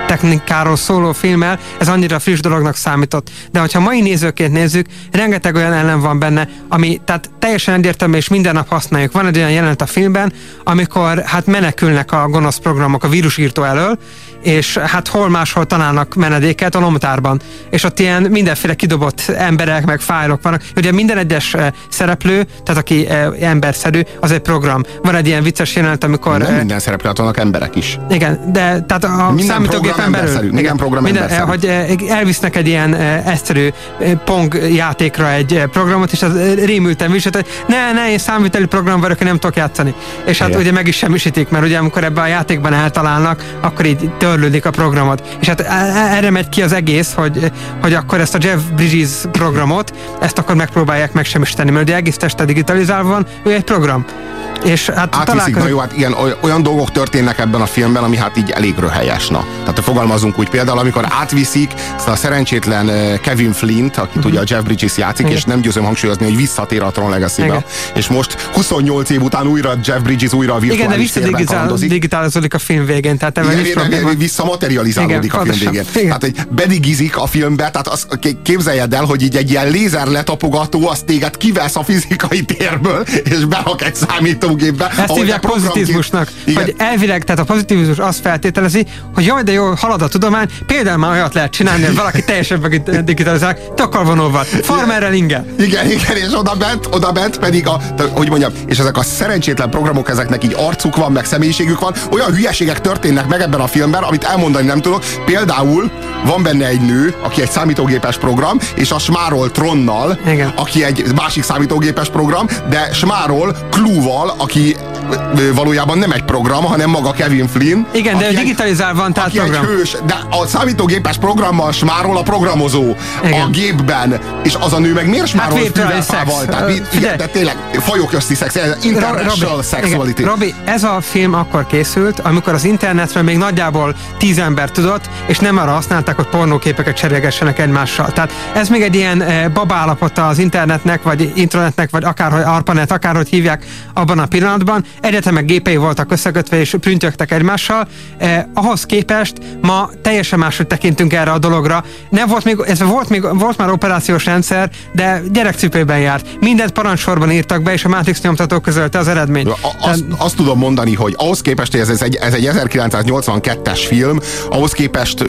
technikáról szóló filmmel ez annyira friss dolognak számított. De hogyha mai nézőként nézzük, rengeteg olyan ellen van benne, ami tehát teljesen egyértelmű és minden nap használjuk. Van egy olyan jelenet a filmben, amikor hát menekülnek a gonosz programok a vírusírtó elől, és hát hol máshol találnak menedéket, a lomtárban. És ott ilyen mindenféle kidobott emberek, meg fájlok vannak. Ugye minden egyes uh, szereplő, tehát aki uh, emberszerű, az egy program. Van egy ilyen vicces jelenet, amikor... Nem uh, minden szereplő, vannak emberek is. Igen, de tehát a minden számítógépen belül... Minden igen, program minden, emberszerű. Hogy uh, elvisznek egy ilyen uh, egyszerű uh, Pong játékra egy uh, programot, és az uh, rémülten viselt, hogy ne, ne, én számviteli program vagyok, én nem tudok játszani. És hát igen. Ugye meg is semmisítik, mert ugye amikor ebben a játékban eltalálnak, akkor így törlődik a programot. És hát erre megy ki az egész, hogy, hogy akkor ezt a Jeff Bridges programot, ezt akkor megpróbálják megsemmisíteni, mert ugye egész teste digitalizálva van, ő egy program. És hát átviszik, találkozik... na jó, hát ilyen, olyan dolgok történnek ebben a filmben, ami hát így elég röhelyes, na. Tehát fogalmazunk úgy például, amikor átviszik ezt a szerencsétlen Kevin Flint, akit uh-huh. ugye a Jeff Bridges játszik, igen. és nem győzöm hangsúlyozni, hogy visszatér a Tron Legacy-be, és most huszonnyolc év után újra Jeff Bridges újra a virtuális térben kalandozik. Igen, de digitalizálódik a film végén, tehát ebben is probléma. Visszamaterializálódik a film végén. Tehát, hogy bedigizik a filmbe, tehát az, képzeljed el, hogy így egy ilyen lézer letapogató, az téged kivesz a fizikai térből, és berak egy számítógépbe. Ezt hívják pozitívusnak, hogy elvileg, tehát a pozitivizmus azt feltételezi, hogy jaj, de jó, halad a tudomány, például már olyat lehet csinálni, hogy valaki teljesen digitalizál, takarvonóval, farmerrel ingel. Igen, igen, és oda bent, oda bent pedig a, hogy mondjam, és ezek a szerencsétlen programok, ezeknek így arcuk van, meg személyiségük van, olyan hülyeségek történnek meg ebben a filmben, amit elmondani nem tudok. Például van benne egy nő, aki egy számítógépes program, és a smárol Tronnal, igen. aki egy másik számítógépes program, de smárol Clue-val, aki valójában nem egy program, hanem maga Kevin Flynn. Igen, de digitalizálva van, tehát program. Egy hős, de a számítógépes programmal smárol a programozó igen. a gépben, és az a nő meg miért smárol hát fűvelfával? Tehát, igen, de tényleg fajok közti szex, international Robi, sexuality. Igen, Robi, ez a film akkor készült, amikor az internetről még nagyjából tíz ember tudott, és nem arra használták, hogy pornóképeket cserélgessenek egymással. Tehát ez még egy ilyen e, babállapota az internetnek, vagy internetnek, vagy akárhogy ARPANET, akárhogy hívják abban a pillanatban. Egyetemek gépei voltak összekötve, és prüntjögtek egymással. Eh, ahhoz képest ma teljesen máshogy tekintünk erre a dologra. Nem volt még, ez volt, még, volt már operációs rendszer, de gyerekcipőben járt. Mindent parancsorban írtak be, és a Matrix nyomtató közölte az eredményt. A, azt, Tehát... azt tudom mondani, hogy ahhoz képest, hogy ez, ez, egy, ez egy ezerkilencszáznyolcvankettes film, ahhoz képest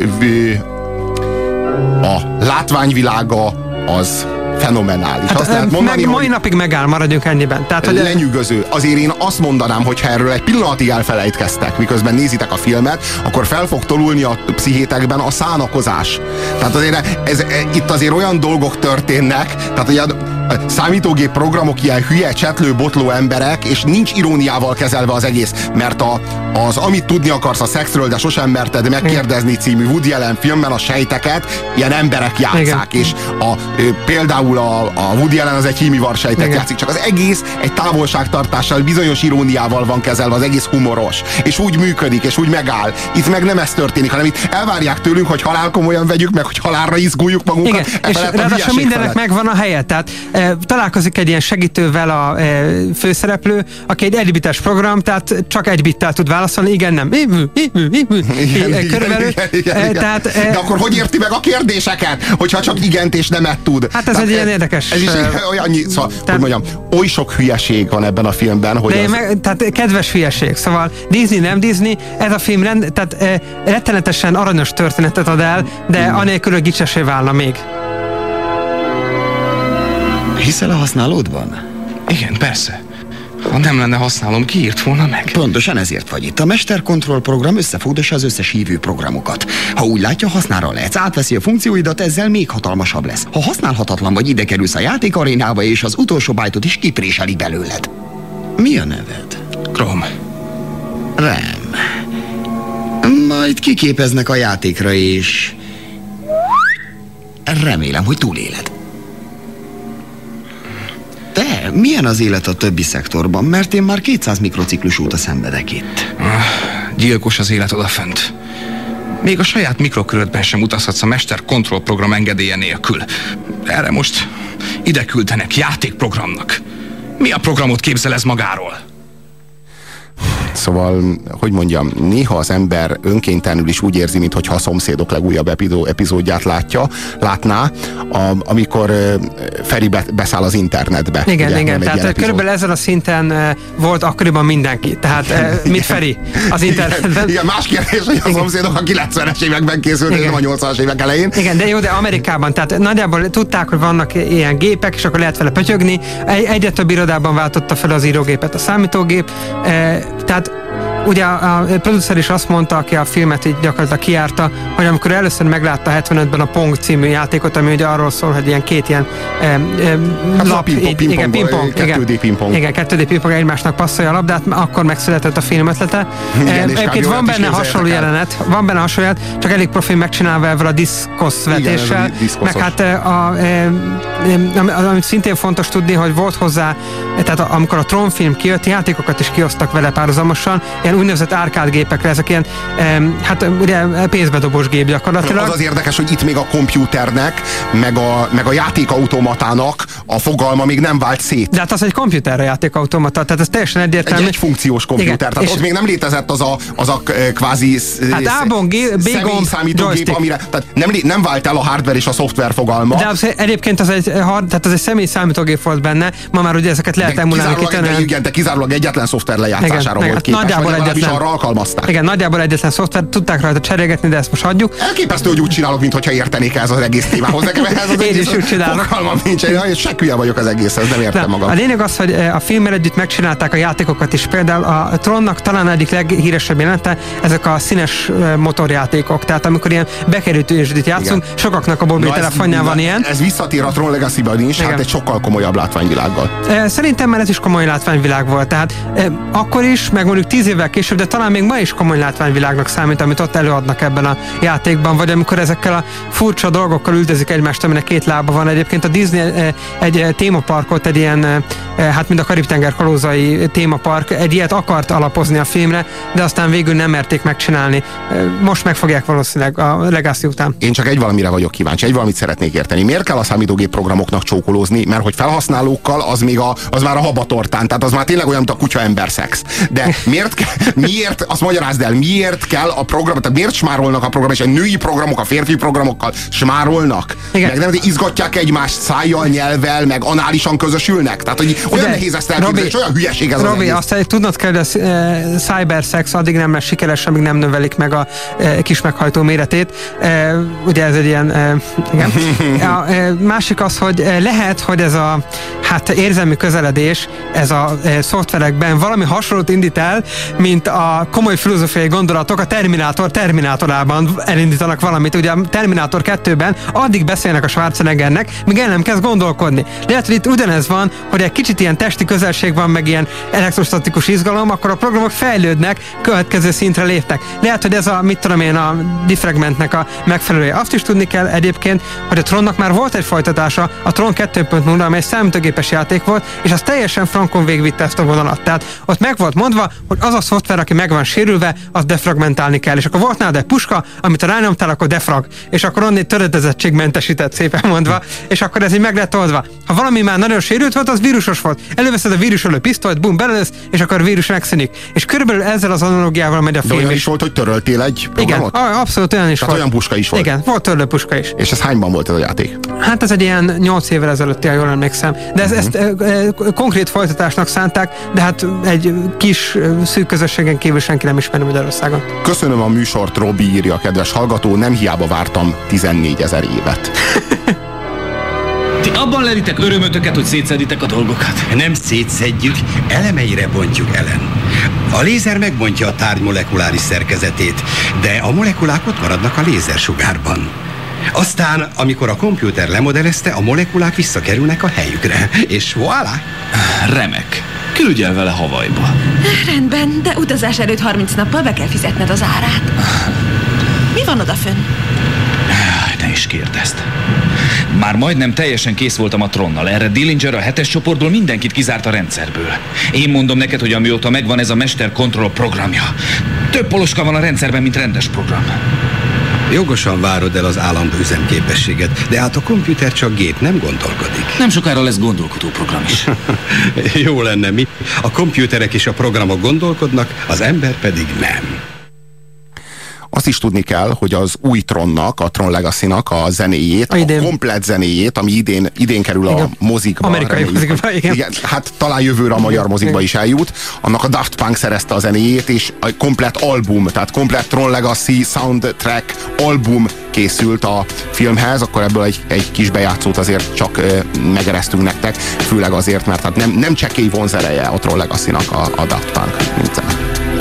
a látványvilága az fenomenális. Hát, azt lehet mondani, meg, mai napig megáll, maradjunk ennyiben. Tehát, hogy lenyűgöző. Azért én azt mondanám, hogy ha erről egy pillanatig elfelejtkeztek, miközben nézitek a filmet, akkor fel fog tolulni a pszichétekben a szánakozás. Tehát azért ez, itt azért olyan dolgok történnek, tehát hogy a számítógép programok ilyen hülye, csetlő, botló emberek, és nincs iróniával kezelve az egész, mert a, az Amit tudni akarsz a szexről, de sosem merted megkérdezni című Woody Allen filmben a sejteket ilyen emberek játsszák, és a, például a, a Woody Allen az egy hímivar sejtet igen. játszik, csak az egész egy távolságtartással, bizonyos iróniával van kezelve, az egész humoros, és úgy működik, és úgy megáll. Itt meg nem ez történik, hanem itt elvárják tőlünk, hogy halálkomolyan vegyük meg, hogy halálra izguljuk magunkat. Igen, és ráadásul mindennek megvan a helye, tehát e, találkozik egy ilyen segítővel a e, főszereplő, aki egy egybites program, tehát csak egy bittel tud válaszolni, igen, nem. Körülbelül. Tehát, e, de akkor hogy érti meg a kérdéseket, hogyha csak igent és nemet tud? Hát ez tehát, egy ilyen érdekes. Ez is olyan, szóval, tehát, hogy mondjam, oly sok hülyeség van ebben a filmben, hogy de az... meg, tehát kedves hülyeség, szóval Disney, nem Disney, ez a film rend, tehát e, rettenetesen aranyos történetet ad el, de hmm. anélkül, hogy gicsesé válna még. Hiszel a használódban? Igen, persze. Ha nem lenne használom, ki írt volna meg? Pontosan ezért vagy itt. A Mesterkontroll program összefogdossa az összes hívő programokat. Ha úgy látja, hasznára lehetsz, átveszi a funkcióidat, ezzel még hatalmasabb lesz. Ha használhatatlan vagy, ide kerülsz a játékarénába, és az utolsó bájtot is kipréseli belőled. Mi a neved? Chrome. Rem. Majd kiképeznek a játékra, és... remélem, hogy túléled. Te, milyen az élet a többi szektorban? Mert én már kétszáz mikrociklus óta szenvedek itt. Gyilkos az élet odafönt. Még a saját mikrokörödben sem utazhatsz a Mesterkontroll program engedélye nélkül. Erre most ide küldenek játékprogramnak. Mi a programot képzel ez magáról? Szóval, hogy mondjam, néha az ember önkéntelenül is úgy érzi, mintha a Szomszédok legújabb epizódját látja, látná, a, amikor uh, Feri be, beszáll az internetbe. Igen, ugye, igen, tehát körülbelül ezen a szinten uh, volt akkoriban mindenki. Tehát, uh, mint Feri az internetben. Igen, igen, más kérdés, hogy a igen. Szomszédok a kilencvenes években készült, nem a nyolcvanas évek elején. Igen, de jó, de Amerikában, tehát nagyjából tudták, hogy vannak ilyen gépek, és akkor lehet vele pötyögni. Egy, egyre több irodában váltotta fel az írógépet a számítógép. Uh, tehát ugye a, a producer is azt mondta, aki a filmet így gyakorlatilag kijárta, hogy amikor először meglátta hetvenötben a Pong című játékot, ami ugye arról szól, hogy ilyen két ilyen e, e, hát lap, ping-pong, így, igen, ping-pong, kettő dé ping-pong. Igen, kettő dé ping-pong egymásnak passzolja a labdát, akkor megszületett a film ötlete. Igen, Egyébként van benne hasonló jelenet, van benne hasonló jelenet, csak elég profil megcsinálva ezzel a diszkosz vetéssel. Meg hát a, a, a, amit szintén fontos tudni, hogy volt hozzá, tehát amikor a Tron film kijött, játékokat is kiosztak vele párhuzamosan, ilyen úgynevezett árkádgépekre, ezek ilyen, hát ugye pénzbedobós gép gyakorlatilag. Az az érdekes, hogy itt még a kompjúternek, meg a, meg a játékautomatának a fogalma még nem vált szét. De hát az egy komputerre játékautomata, tehát ez teljesen egyértelmű. Egy, egy funkciós komputer, igen, tehát ott még nem létezett az a, az a kvázi hát A-bon, B-gomb, számítógép, amire, tehát nem, nem vált el a hardware és a szoftver fogalma. De az, egyébként az egy, tehát az egy személy számítógép volt benne, ma már ugye ezeket lehet emulálni. Kizárólag, igen, de kizárólag egyetlen szoftver lejátszására igen, volt képes, nagyjából egyetlen, arra alkalmazták. Igen, nagyjából egyetlen szoftver, tudták rajta cserélgetni, de ezt most hagyjuk. Elképesztő, hogy úgy csinálok, mintha értenék ez az egész témához. Nekem ez az Én is úgy csinálok. Fogalmam nincs, én sekkülye vagyok az egészhez, nem értem magam. A lényeg az, hogy a filmmel együtt megcsinálták a játékokat is. Például a Tronnak talán egyik leghíresebb jelente ezek a színes motorjátékok. Tehát amikor ilyen bekerítősdit játszunk, igen. Sokaknak a mobiltelefonján van ilyen. Ez visszatér a Tron Legacy-ban is, igen. Hát egy sokkal komolyabb látványvilággal. Szerintem már ez is komoly látványvilág volt. Tehát akkor is, meg mondjuk tíz évvel később, de talán még ma is komoly látványvilágnak számít, amit ott előadnak ebben a játékban, vagy amikor ezekkel a furcsa dolgokkal üldözik egymást, aminek két lába van. Egyébként a Disney egy témaparkot, egy ilyen, hát mint a Karib-tenger kalózai témapark, egy ilyet akart alapozni a filmre, de aztán végül nem merték megcsinálni. Most meg fogják valószínűleg a Legacy után. Én csak egy valamire vagyok kíváncsi, egy valamit szeretnék érteni. Miért kell a számítógép programoknak csókolózni? Mert hogy felhasználókkal az még a, az már a habatortán, tehát az már tényleg olyan, mint a kutya-ember szex. De miért, ke- miért, azt magyarázd el, miért kell a program, tehát miért smárolnak a program, és a női programok, a férfi programokkal smárolnak? Igen. Meg nem, izgatják egymást szájjal, nyelvvel, meg análisan közösülnek? Tehát, hogy olyan de, nehéz ezt elképzelni, és olyan hülyeség ez Robi, az azt egy, tudnod kell, hogy a e, cyberszex addig nem lesz sikeres, amíg nem növelik meg a e, kis meghajtó méretét. E, ugye ez egy ilyen, e, igen. A e, másik az, hogy lehet, hogy ez a hát érzelmi közeledés, ez a e, szoftverekben valami hasonlót indít el, mint a komoly filozófiai gondolatok a Terminátor Terminátorában elindítanak valamit. Ugye a Terminátor kettőben addig beszélnek a Schwarzeneggernek, míg el nem kezd gondolkodni. Lehet, hogy itt ugyanez van, hogy egy kicsit ilyen testi közelség van, meg ilyen elektrostatikus izgalom, akkor a programok fejlődnek, következő szintre lépnek. Lehet, hogy ez a, mit tudom én, a Defragmentnek a megfelelője. Azt is tudni kell egyébként, hogy a Tronnak már volt egy folytatása, a Tron kettő pont nulla, amely számítógépes játék volt, és az teljesen frankon végigvitte ezt a vonalat. Tehát ott meg volt mondva, hogy az a szoftver, aki meg van sérülve, az defragmentálni kell. És akkor volt nálad egy puska, amit rányomtál, akkor defrag. És akkor onnét töredezettségmentesített, szépen mondva, és akkor ez így meg lett oldva. Ha valami már nagyon sérült volt, az vírusos volt. Előveszed a vírusölő pisztolyt, bum, belősz, és akkor a vírus megszűnik. És körülbelül ezzel az analógiával megy a film. De olyan is volt, hogy töröltél egy programot? Igen, abszolút olyan is Tehát volt. olyan puska is volt. Igen, volt törlőpuska is. És ez hányban volt ez a játék? Hát ez egy ilyen nyolc évvel ezelőtti, ha jól emlékszem. De ez, uh-huh. ezt e, e, konkrét folytatásnak szánták, de hát egy kis szűk közösségen kívül senki nem ismeri Magyarországon. Köszönöm a műsort, Robi, írja a kedves hallgató, nem hiába vártam tizennégyezer évet. Ti abban lelitek örömötöket, hogy szétszeditek a dolgokat. Nem szétszedjük, elemeire bontjuk, Ellen. A lézer megbontja a tárgy molekuláris szerkezetét, de a molekulák ott maradnak a lézersugárban. Aztán, amikor a kompjúter lemodellezte, a molekulák visszakerülnek a helyükre, és voilà! Remek. Küldj el vele Havajba. Rendben, de utazás előtt harminc nappal be kell fizetned az árát. Mi van odafönn? Ne is kérdezd. Már majdnem teljesen kész voltam a Tronnal. Erre Dillinger a hetes csoportból mindenkit kizárt a rendszerből. Én mondom neked, hogy amióta megvan ez a Mester Control programja, több poloska van a rendszerben, mint rendes program. Jogosan várod el az állandó üzemképességet, de hát a komputer csak gép, nem gondolkodik. Nem sokára lesz gondolkodó program is. Jó lenne, mi? A komputerek és a programok gondolkodnak, az ember pedig nem. Azt is tudni kell, hogy az új Tronnak, a Tron Legacy-nak a zenéjét, a, a komplet zenéjét, ami idén, idén kerül igen. a mozikba. Amerikai mozikba, igen. igen. Hát talán jövőre a magyar mozikba igen. is eljut. Annak a Daft Punk szerezte a zenéjét, és a komplet album, tehát komplet Tron Legacy soundtrack album készült a filmhez, akkor ebből egy, egy kis bejátszót azért csak ö, megeresztünk nektek, főleg azért, mert hát nem, nem csekély vonzereje a Tron Legacy-nak a, a Daft Punk, mint zene.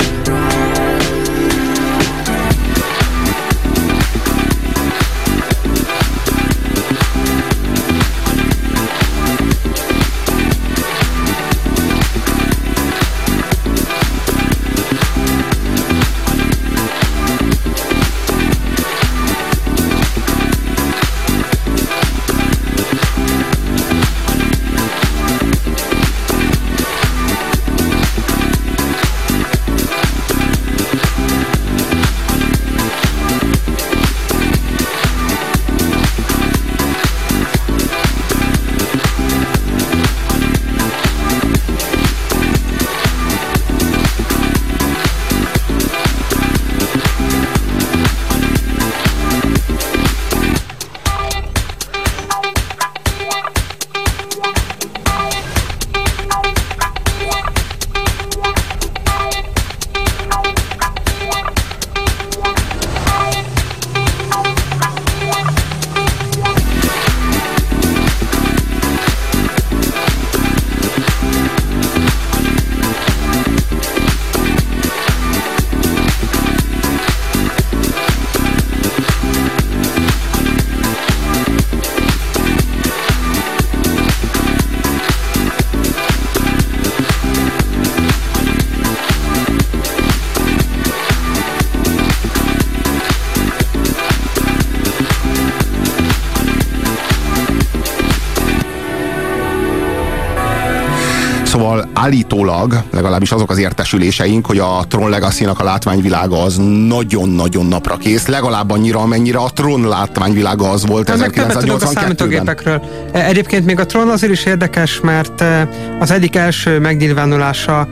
Szóval állítólag, legalábbis azok az értesüléseink, hogy a Tron Legacy-nak a látványvilága az nagyon-nagyon napra kész, legalább annyira, amennyire a Tron látványvilága az volt ezerkilencszáznyolcvankettőben. Egyébként még a Tron azért is érdekes, mert az egyik első megnyilvánulása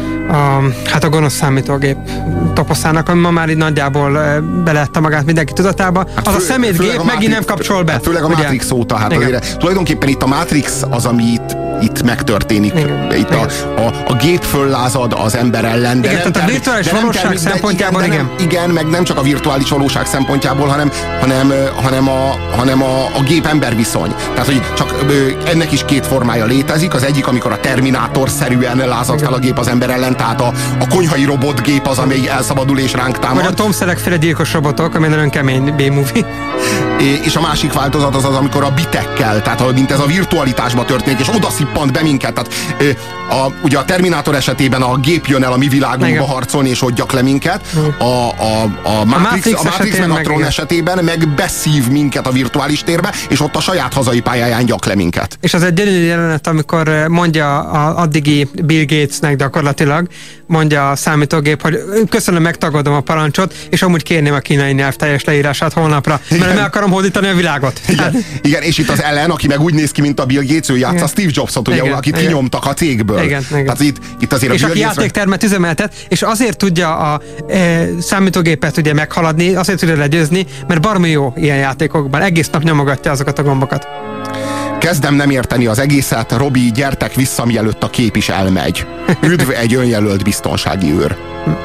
a, hát a gonosz számítógép toposzának, ami ma már így nagyjából beleadta magát mindenki tudatába. Hát az fő, a szemétgép megint nem kapcsol be. Hát főleg a ugye? Matrix óta. Hát azért, tulajdonképpen itt a Matrix az, ami itt, itt megtörténik. Igen, itt igen. A, a, a gép föllázad az ember ellen. De igen, nem tehát a virtuális valóság szempontjából igen, igen. Nem, igen, meg nem csak a virtuális valóság szempontjából, hanem, hanem, hanem, a, hanem a, a gép-ember viszony. Tehát, hogy csak ennek is két formája létezik. Az egyik, amikor a Terminátor-szerűen lázad fel a gép az ember ellen, tehát a, a konyhai robotgép az, amely elszabadul és ránk támad. Vagy a Tom Selleck-féle gyilkos robotok, ami nagyon kemény B-movie. És a másik változat az az, amikor a bitekkel, tehát mint ez a virtualitásba történik, és oda szippant be minket. Tehát, a, ugye a Terminátor esetében a gép jön el a mi világunkba igen. harcolni, és ott gyak le minket. A, a, a Matrix, a Matrix meg a Tron meg esetében meg beszív minket a virtuális térbe, és ott a saját hazai pályáján gyak le minket. És az egy gyönyörű jelenet, amikor mondja a addigi Bill Gatesnek gyakorlatilag, mondja a számítógép, hogy köszönöm, megtagadom a parancsot, és amúgy kérném a kínai nyelv teljes leírását holnapra, mert igen. meg akarom hódítani a világot. Igen. igen, és itt az Ellen, aki meg úgy néz ki, mint a Bill Gates, ő játsza Steve Jobsot, ugye, igen. akit igen. kinyomtak a cégből. Igen, igen. Tehát itt, itt azért és a aki játéktermet üzemeltet, és azért tudja a e, számítógépet ugye meghaladni, azért tudja legyőzni, mert baromi jó ilyen játékokban. Egész nap nyomogatja azokat a gombokat. Kezdem nem érteni az egészet, Robi, gyertek vissza, mielőtt a kép is elmegy. Üdv egy önjelölt biztonsági őr.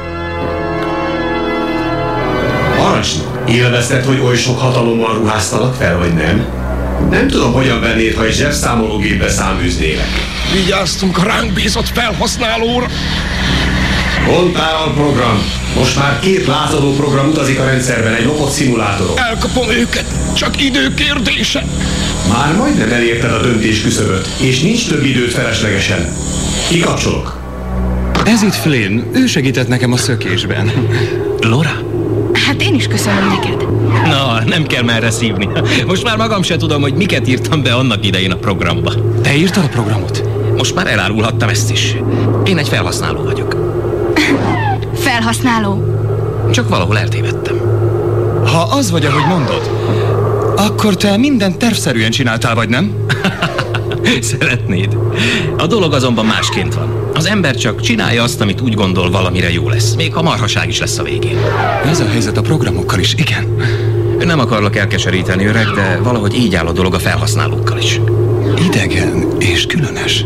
Parancsnok, élvezted, hogy oly sok hatalommal ruháztalak fel, vagy nem? Nem tudom, hogyan vennéd, ha egy zsebszámológépbe száműznélek. Vigyáztunk a ránk bízott felhasználóra. Kontál program. Most már két lázadó program utazik a rendszerben, egy lopott szimulátorok. Elkapom őket, csak idő kérdése. Már majdnem elérted a döntés küszöböt, és nincs több időt feleslegesen. Kikapcsolok. Ez itt Flynn, ő segített nekem a szökésben. Laura? Hát én is köszönöm neked. Na, nem kell merre szívni. Most már magam se tudom, hogy miket írtam be annak idején a programba. Te írtad a programot? Most már elárulhattam ezt is. Én egy felhasználó vagyok. Felhasználó? Csak valahol eltévedtem. Ha az vagy, ahogy mondod, akkor te mindent tervszerűen csináltál, vagy nem? Szeretnéd. A dolog azonban másként van. Az ember csak csinálja azt, amit úgy gondol, valamire jó lesz. Még ha marhaság is lesz a végén. Ez a helyzet a programokkal is, igen. Nem akarlak elkeseríteni, öreg, de valahogy így áll a dolog a felhasználókkal is. Idegen és különös.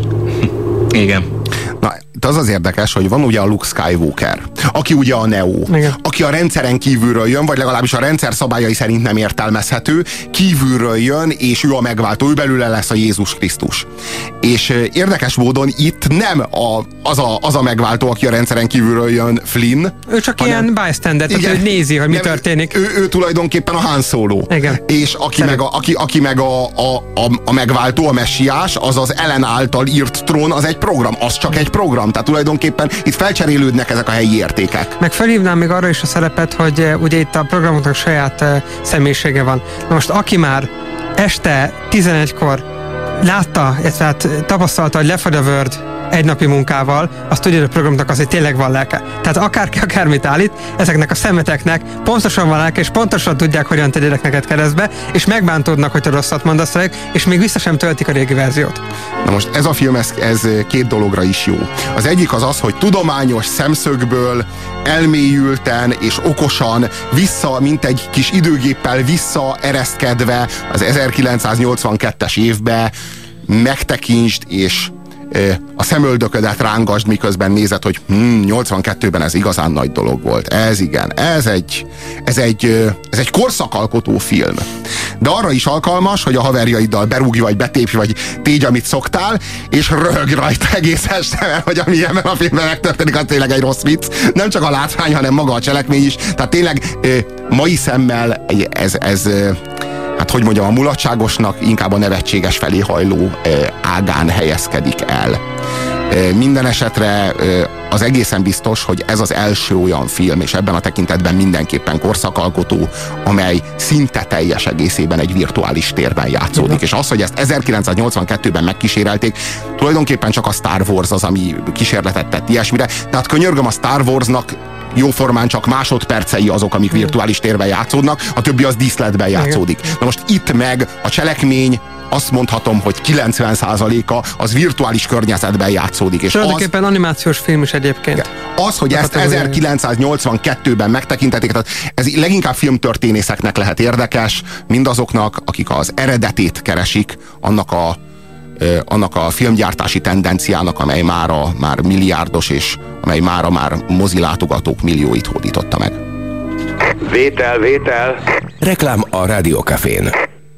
Igen. Na, itt az az érdekes, hogy van ugye a Luke Skywalker, aki ugye a Neo, igen. aki a rendszeren kívülről jön, vagy legalábbis a rendszer szabályai szerint nem értelmezhető, kívülről jön, és ő a megváltó, ő belőle lesz a Jézus Krisztus. És érdekes módon itt nem a, az, a, az a megváltó, aki a rendszeren kívülről jön, Flynn. Ő csak hanem, ilyen bystander, tehát ő nézi, hogy mi nem, történik. Ő, ő tulajdonképpen a Han Solo. Igen. És aki meg, a, aki, aki meg a, a, a, a megváltó, a messiás, az az Ellen által írt trón, az egy program, az csak egy program. Tehát tulajdonképpen itt felcserélődnek ezek a helyi értékek. Meg felhívnám még arra is a szerepet, hogy uh, ugye itt a programoknak saját uh, személyisége van. Na most aki már este tizenegykor látta, illetve hát tapasztalta, hogy lefagy a Word egynapi munkával, azt tudja, hogy a programnak azért tényleg van lelke. Tehát akárki akármit állít, ezeknek a szemeteknek pontosan van lelke, és pontosan tudják, hogyan tegyék neked keresztbe, és megbántódnak, hogyha rosszat mondasz rá, és még vissza sem töltik a régi verziót. Na most ez a film, ez, ez két dologra is jó. Az egyik az az, hogy tudományos szemszögből elmélyülten és okosan vissza, mint egy kis időgéppel visszaereszkedve az ezerkilencszáznyolcvankettes évbe megtekintsd és a szemöldöködet rángasd, miközben nézed, hogy hm, nyolcvankettőben ez igazán nagy dolog volt. Ez igen, ez egy, ez egy, ez egy korszakalkotó film. De arra is alkalmas, hogy a haverjaiddal berúgj, vagy betépj, vagy tégy, amit szoktál, és röhög rajta egész este, mert hogy ami ebben a filmben megtörténik, az tényleg egy rossz vicc. Nem csak a látvány, hanem maga a cselekmény is. Tehát tényleg mai szemmel ez, ez hát hogy mondjam, a mulatságosnak inkább a nevetséges felé hajló ágán helyezkedik el. Minden esetre az egészen biztos, hogy ez az első olyan film, és ebben a tekintetben mindenképpen korszakalkotó, amely szinte teljes egészében egy virtuális térben játszódik. Uh-huh. És az, hogy ezt ezerkilencszáznyolcvankettőben megkísérelték, tulajdonképpen csak a Star Wars az, ami kísérletet tett ilyesmire. Tehát könyörgöm, a Star Warsnak jóformán csak másodpercei azok, amik virtuális térben játszódnak, a többi az díszletben játszódik. Na most itt meg a cselekmény, azt mondhatom, hogy kilencven százaléka az virtuális környezetben játszódik. És tulajdonképpen az, animációs film is egyébként. Az, hogy ezt ezerkilencszáznyolcvankettőben megtekintették, tehát ez leginkább filmtörténészeknek lehet érdekes, mindazoknak, akik az eredetét keresik, annak a annak a filmgyártási tendenciának, amely mára már milliárdos, és amely mára már mozilátogatók millióit hódította meg. Vétel, vétel. Reklám a Rádiókafén.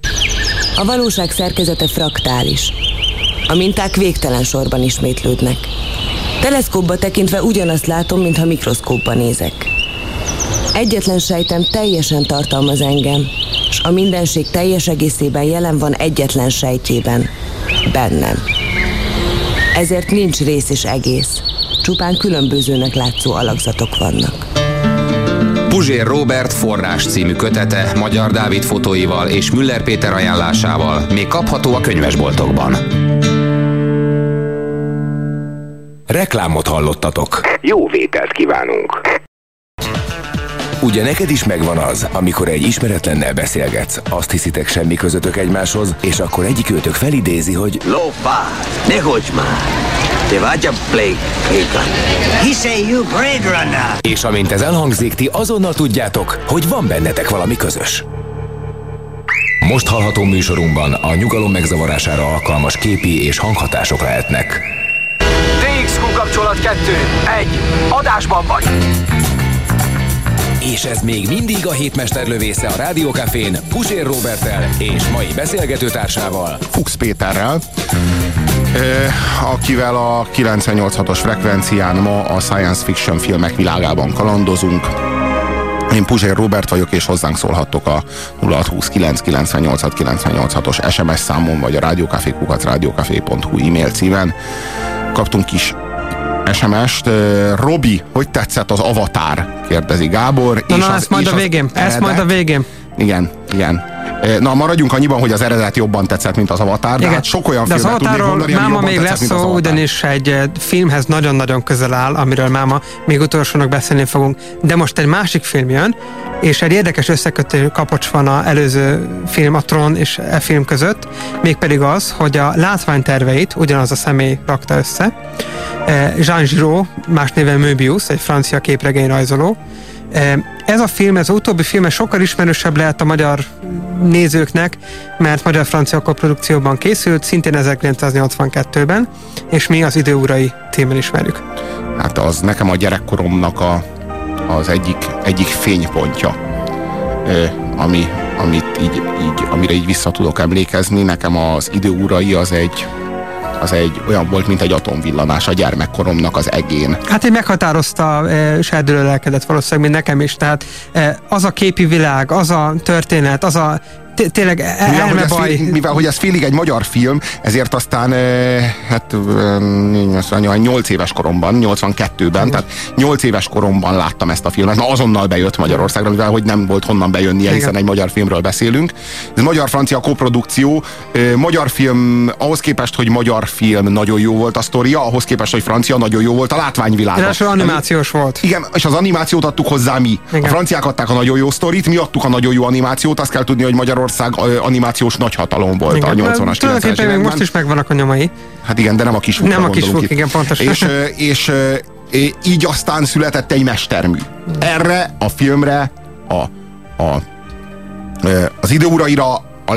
A valóság szerkezete fraktális. A minták végtelen sorban ismétlődnek. Teleszkópba tekintve ugyanazt látom, mintha mikroszkópba nézek. Egyetlen sejtem teljesen tartalmaz engem, s a mindenség teljes egészében jelen van egyetlen sejtjében, bennem. Ezért nincs rész és egész, csupán különbözőnek látszó alakzatok vannak. Puzsér Róbert forrás című kötete Magyar Dávid fotóival és Müller Péter ajánlásával még kapható a könyvesboltokban. Reklámot hallottatok. Jó vételt kívánunk! Ugye neked is megvan az, amikor egy ismeretlennel beszélgetsz, azt hiszitek semmi közöttök egymáshoz, és akkor egyikőtök felidézi, hogy Lófá, ne hogy már! Te vagy a Blake Hagan. Hisze you Blade Runner! És amint ez elhangzik, ti azonnal tudjátok, hogy van bennetek valami közös. Most hallható műsorunkban a nyugalom megzavarására alkalmas képi és hanghatások lehetnek. té iksz kú kapcsolat kettő, egy, adásban vagy! És ez még mindig a hétmesterlövésze a Rádiókafén Puzsér Róberttel és mai beszélgetőtársával, Fuchs Péterrel, akivel a kilencvennyolc hatos frekvencián ma a science fiction filmek világában kalandozunk. Én Puzsér Róbert vagyok, és hozzánk szólhattok a nulla hat húsz kilenc kilencvennyolc kilencvennyolc hatos es em es számon, vagy a rádiókafé kukac rádiókafé pont hu e-mail címen. Kaptunk kis es em es-t. Robi, hogy tetszett az Avatar? Kérdezi Gábor. Na, és na, az, ezt majd a végén. Ezt majd a végén. Igen, igen. Na, maradjunk annyiban, hogy az eredet jobban tetszett, mint az Avatar, de igen, hát sok olyan filmet tudnék mondani, ami jobban még tetszett, lesz szó, ugyanis egy filmhez nagyon-nagyon közel áll, amiről máma még utolsónak beszélni fogunk, de most egy másik film jön, és egy érdekes összekötő kapocs van az előző film, a Tron és e film között, mégpedig az, hogy a látványterveit ugyanaz a személy rakta össze. Jean Giraud, más néven Möbius, egy francia képregényrajzoló. Ez a film, ez az utóbbi film sokkal ismerősebb lehet a magyar nézőknek, mert magyar-francia koprodukcióban készült, szintén ezerkilencszáznyolcvankettőben, és mi az Idő urai címen ismerjük. Hát az nekem a gyerekkoromnak a, az egyik, egyik fénypontja, ami, amit így, így, amire így vissza tudok emlékezni. Nekem az Idő urai az egy az egy olyan volt, mint egy atomvillanás a gyermekkoromnak az egén. Hát egy meghatározta e, serdülő lelkedet valószínűleg, mint nekem is. Tehát e, az a képi világ, az a történet, az a tényleg elmebaj. Mivel, mivel hogy ez félig egy magyar film, ezért aztán hát nyolc éves koromban, nyolcvankettőben, mm. tehát nyolc éves koromban láttam ezt a filmet. Na, azonnal bejött Magyarországra, mivel hogy nem volt honnan bejönnie, hiszen egy magyar filmről beszélünk. Ez magyar-francia koprodukció. Magyar film, ahhoz képest, hogy magyar film nagyon jó volt a sztoria, ahhoz képest, hogy francia nagyon jó volt a látványvilága. És animációs volt. Igen, és az animációt adtuk hozzá mi. Igen. A franciák adták a nagyon jó sztorit, mi adtuk a nagyon jó animációt. Azt kell tudni, hogy Magyarország animációs nagyhatalom volt. Igen, a nyolcvanas, kilencvenes években. Most is megvannak a nyomai. Hát igen, de nem a Kisfúkra Nem a Kisfúk, igen, pontosan. És, és, és így aztán született egy mestermű. Erre a filmre, a, a, az Idő uraira a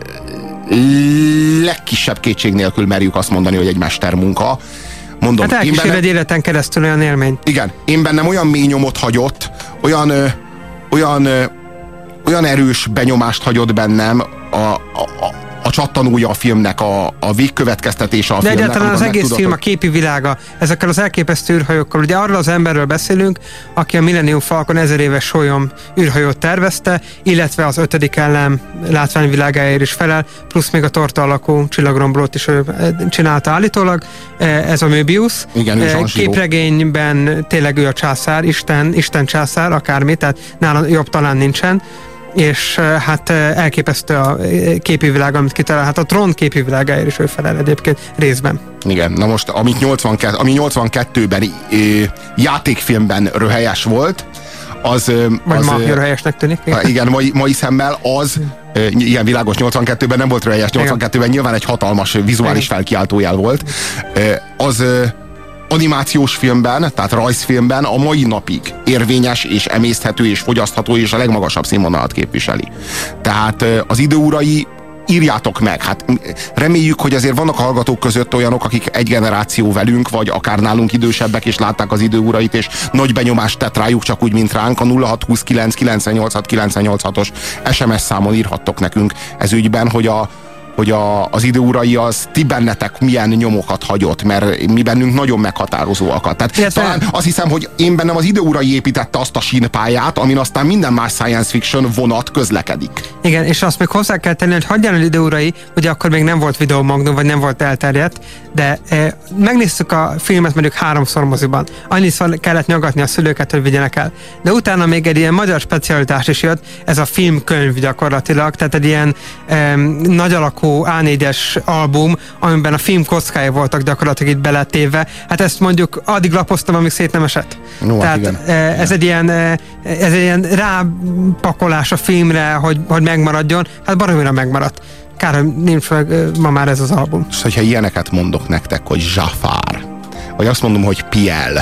legkisebb kétség nélkül merjük azt mondani, hogy egy mestermunka. Mondom, hát elkísér egy életen keresztül olyan élmény. Igen, én bennem olyan mély nyomot hagyott, olyan, olyan olyan erős benyomást hagyott bennem a, a, a, a csattanója a filmnek, a, a végkövetkeztetése a de filmnek. De egyáltalán az egész film, a képi világa, ezekkel az elképesztő űrhajókkal. Ugye arról az emberről beszélünk, aki a Millennium Falcon ezer éves sólyom űrhajót tervezte, illetve az ötödik ellem látványvilágáért is felel, plusz még a torta alakú csillagrombolót is ő csinálta állítólag. Ez a Möbius. Igen, képregényben tényleg ő a császár, Isten, Isten császár, akármi, tehát nála jobb talán nincsen. És hát elképesztő a képi világ, amit kitalál. Hát a Tron képi világáért is ő felel egyébként részben. Igen, na most, amit nyolcvankettő, ami nyolcvankettőben e, játékfilmben röhelyes volt, az... Vagy az, ma röhelyesnek tűnik. Igen, igen mai, mai szemmel az, e, ilyen világos nyolcvankettőben nem volt röhelyes, nyolcvankettőben nyilván egy hatalmas vizuális felkiáltójel volt. E, az... animációs filmben, tehát rajzfilmben a mai napig érvényes és emészthető és fogyasztható és a legmagasabb színvonalat képviseli. Tehát az Idő urai, írjátok meg. Hát reméljük, hogy azért vannak a hallgatók között olyanok, akik egy generáció velünk, vagy akár nálunk idősebbek, és látták az Idő urait, és nagy benyomást tett rájuk, csak úgy, mint ránk. A nulla hat huszonkilenc kilencvennyolc hat kilencvennyolc hatos es em es számon írhattok nekünk ez ügyben, hogy a hogy a, az Idő urai az ti bennetek milyen nyomokat hagyott, mert mi bennünk nagyon meghatározóakat. Tehát illetve... talán azt hiszem, hogy én bennem az Idő urai építette azt a sínpályát, amin aztán minden más science fiction vonat közlekedik. Igen, és azt még hozzá kell tenni, hogy hagyjál az Idő urai, ugye akkor még nem volt videomagnum, vagy nem volt elterjedt, de e, megnéztük a filmet mondjuk háromszor moziban. Annyiszor kellett nyaggatni a szülőket, hogy vigyenek el. De utána még egy ilyen magyar specialitás is jött, ez a filmkönyv gyakorlatilag, tehát egy ilyen e, nagy alakú á négyes album, amiben a film kockái voltak gyakorlatilag itt beletéve. Hát ezt mondjuk addig lapoztam, amíg szét nem esett. No, Tehát hát ez egy ilyen ez egy ilyen rápakolás a filmre, hogy, hogy megmaradjon. Hát baromira megmaradt. Kár, hogy nincs meg ma már ez az album. És hogyha ilyeneket mondok nektek, hogy Zsafár, vagy azt mondom, hogy Piel,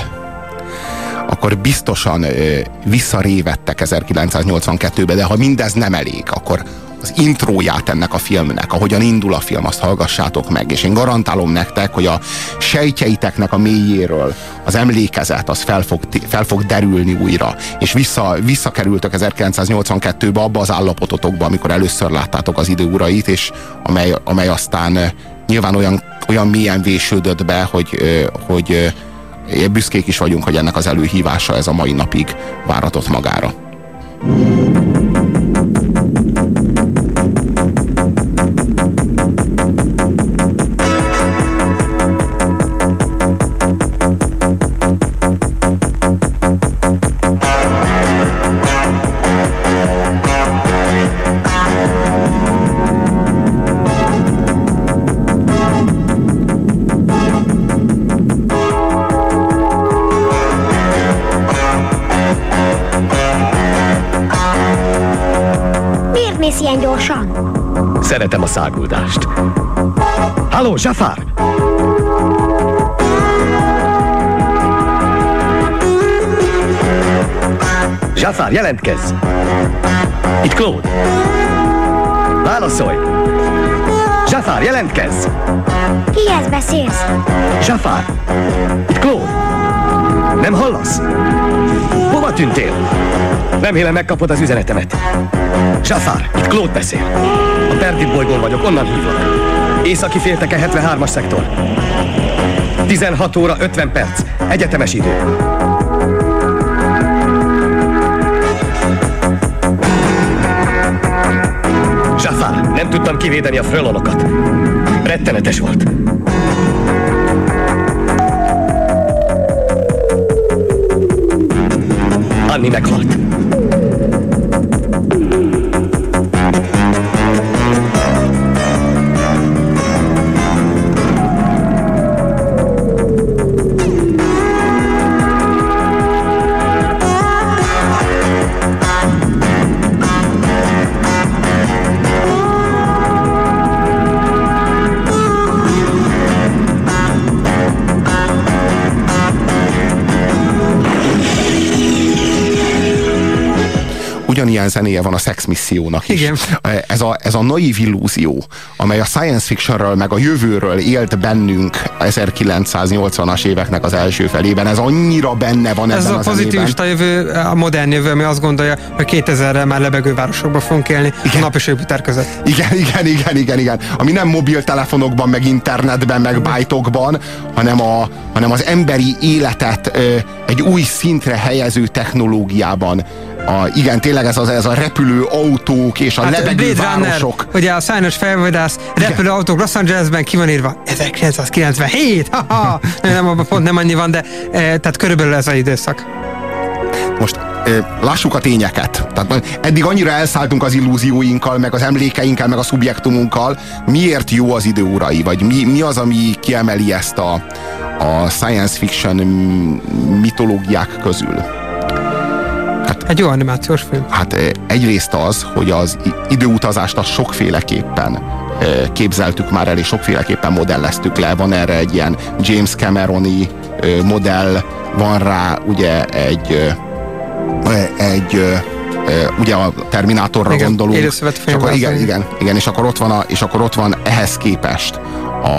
akkor biztosan ö, visszarévettek ezerkilencszáznyolcvankettőbe, de ha mindez nem elég, akkor az intróját ennek a filmnek, ahogyan indul a film, azt hallgassátok meg, és én garantálom nektek, hogy a sejtjeiteknek a mélyéről az emlékezet, az fel fog, fel fog derülni újra, és vissza, visszakerültök ezerkilencszáznyolcvankettőbe abba az állapototokba, amikor először láttátok az Idő urait, és amely, amely aztán nyilván olyan, olyan mélyen vésődött be, hogy, hogy büszkék is vagyunk, hogy ennek az előhívása ez a mai napig váratott magára. mész ilyen gyorsan? Szeretem a száguldást. Halló, Zsafár! Zsafár, jelentkezz! Itt Claude. Válaszolj! Zsafár, jelentkezz! Kihez beszélsz? Zsafár! Itt Claude. Nem hallasz? Hova tűntél? Remélem megkapod az üzenetemet. Zsafár, itt Claude beszél. A Perdit bolygón vagyok, onnan hívlak. Északi félteke hetvenhármas szektor. tizenhat óra ötven perc. Egyetemes idő. Zsafár, nem tudtam kivédeni a frölonokat. Rettenetes volt. Anni meghalt. Ugyanilyen zenéje van a Sex Missziónak is. Igen. Ez a, ez a naív illúzió, amely a science fictionről meg a jövőről élt bennünk ezerkilencszáznyolcvanas éveknek az első felében, ez annyira benne van ez ebben a a zenében. pozitivista jövő, a modern jövő, ami azt gondolja, hogy kétezerre már lebegő városokban fogunk élni, igen. A nap és Jupiter között. Igen, igen, igen, igen, igen. Ami nem mobiltelefonokban, meg internetben, meg bájtokban, hanem, a, hanem az emberi életet ö, egy új szintre helyező technológiában. A, igen, tényleg ez, az, ez a repülő autók és a hát lebegő városok. Runner, ugye a szájnos felvadász repülő autók Los Angelesben ki van írva ezerkilencszázkilencvenhét, haha, nem, pont nem annyi van, de e, tehát körülbelül ez az időszak. Most e, lássuk a tényeket. Tehát eddig annyira elszálltunk az illúzióinkkal, meg az emlékeinkkel, meg a szubjektumunkkal. Miért jó az idő urai? Vagy mi, mi az, ami kiemeli ezt a, a science fiction mitológiák közül? Hát, egy jó animációs film. Hát egyrészt az, hogy az időutazást azt sokféleképpen képzeltük már el, és sokféleképpen modelleztük le. Van erre egy ilyen James Cameroni modell, van rá ugye egy egy ugye a Terminátorra igen, gondolunk. És akkor, igen, igen, igen, és akkor ott van, a, és akkor ott van ehhez képest a,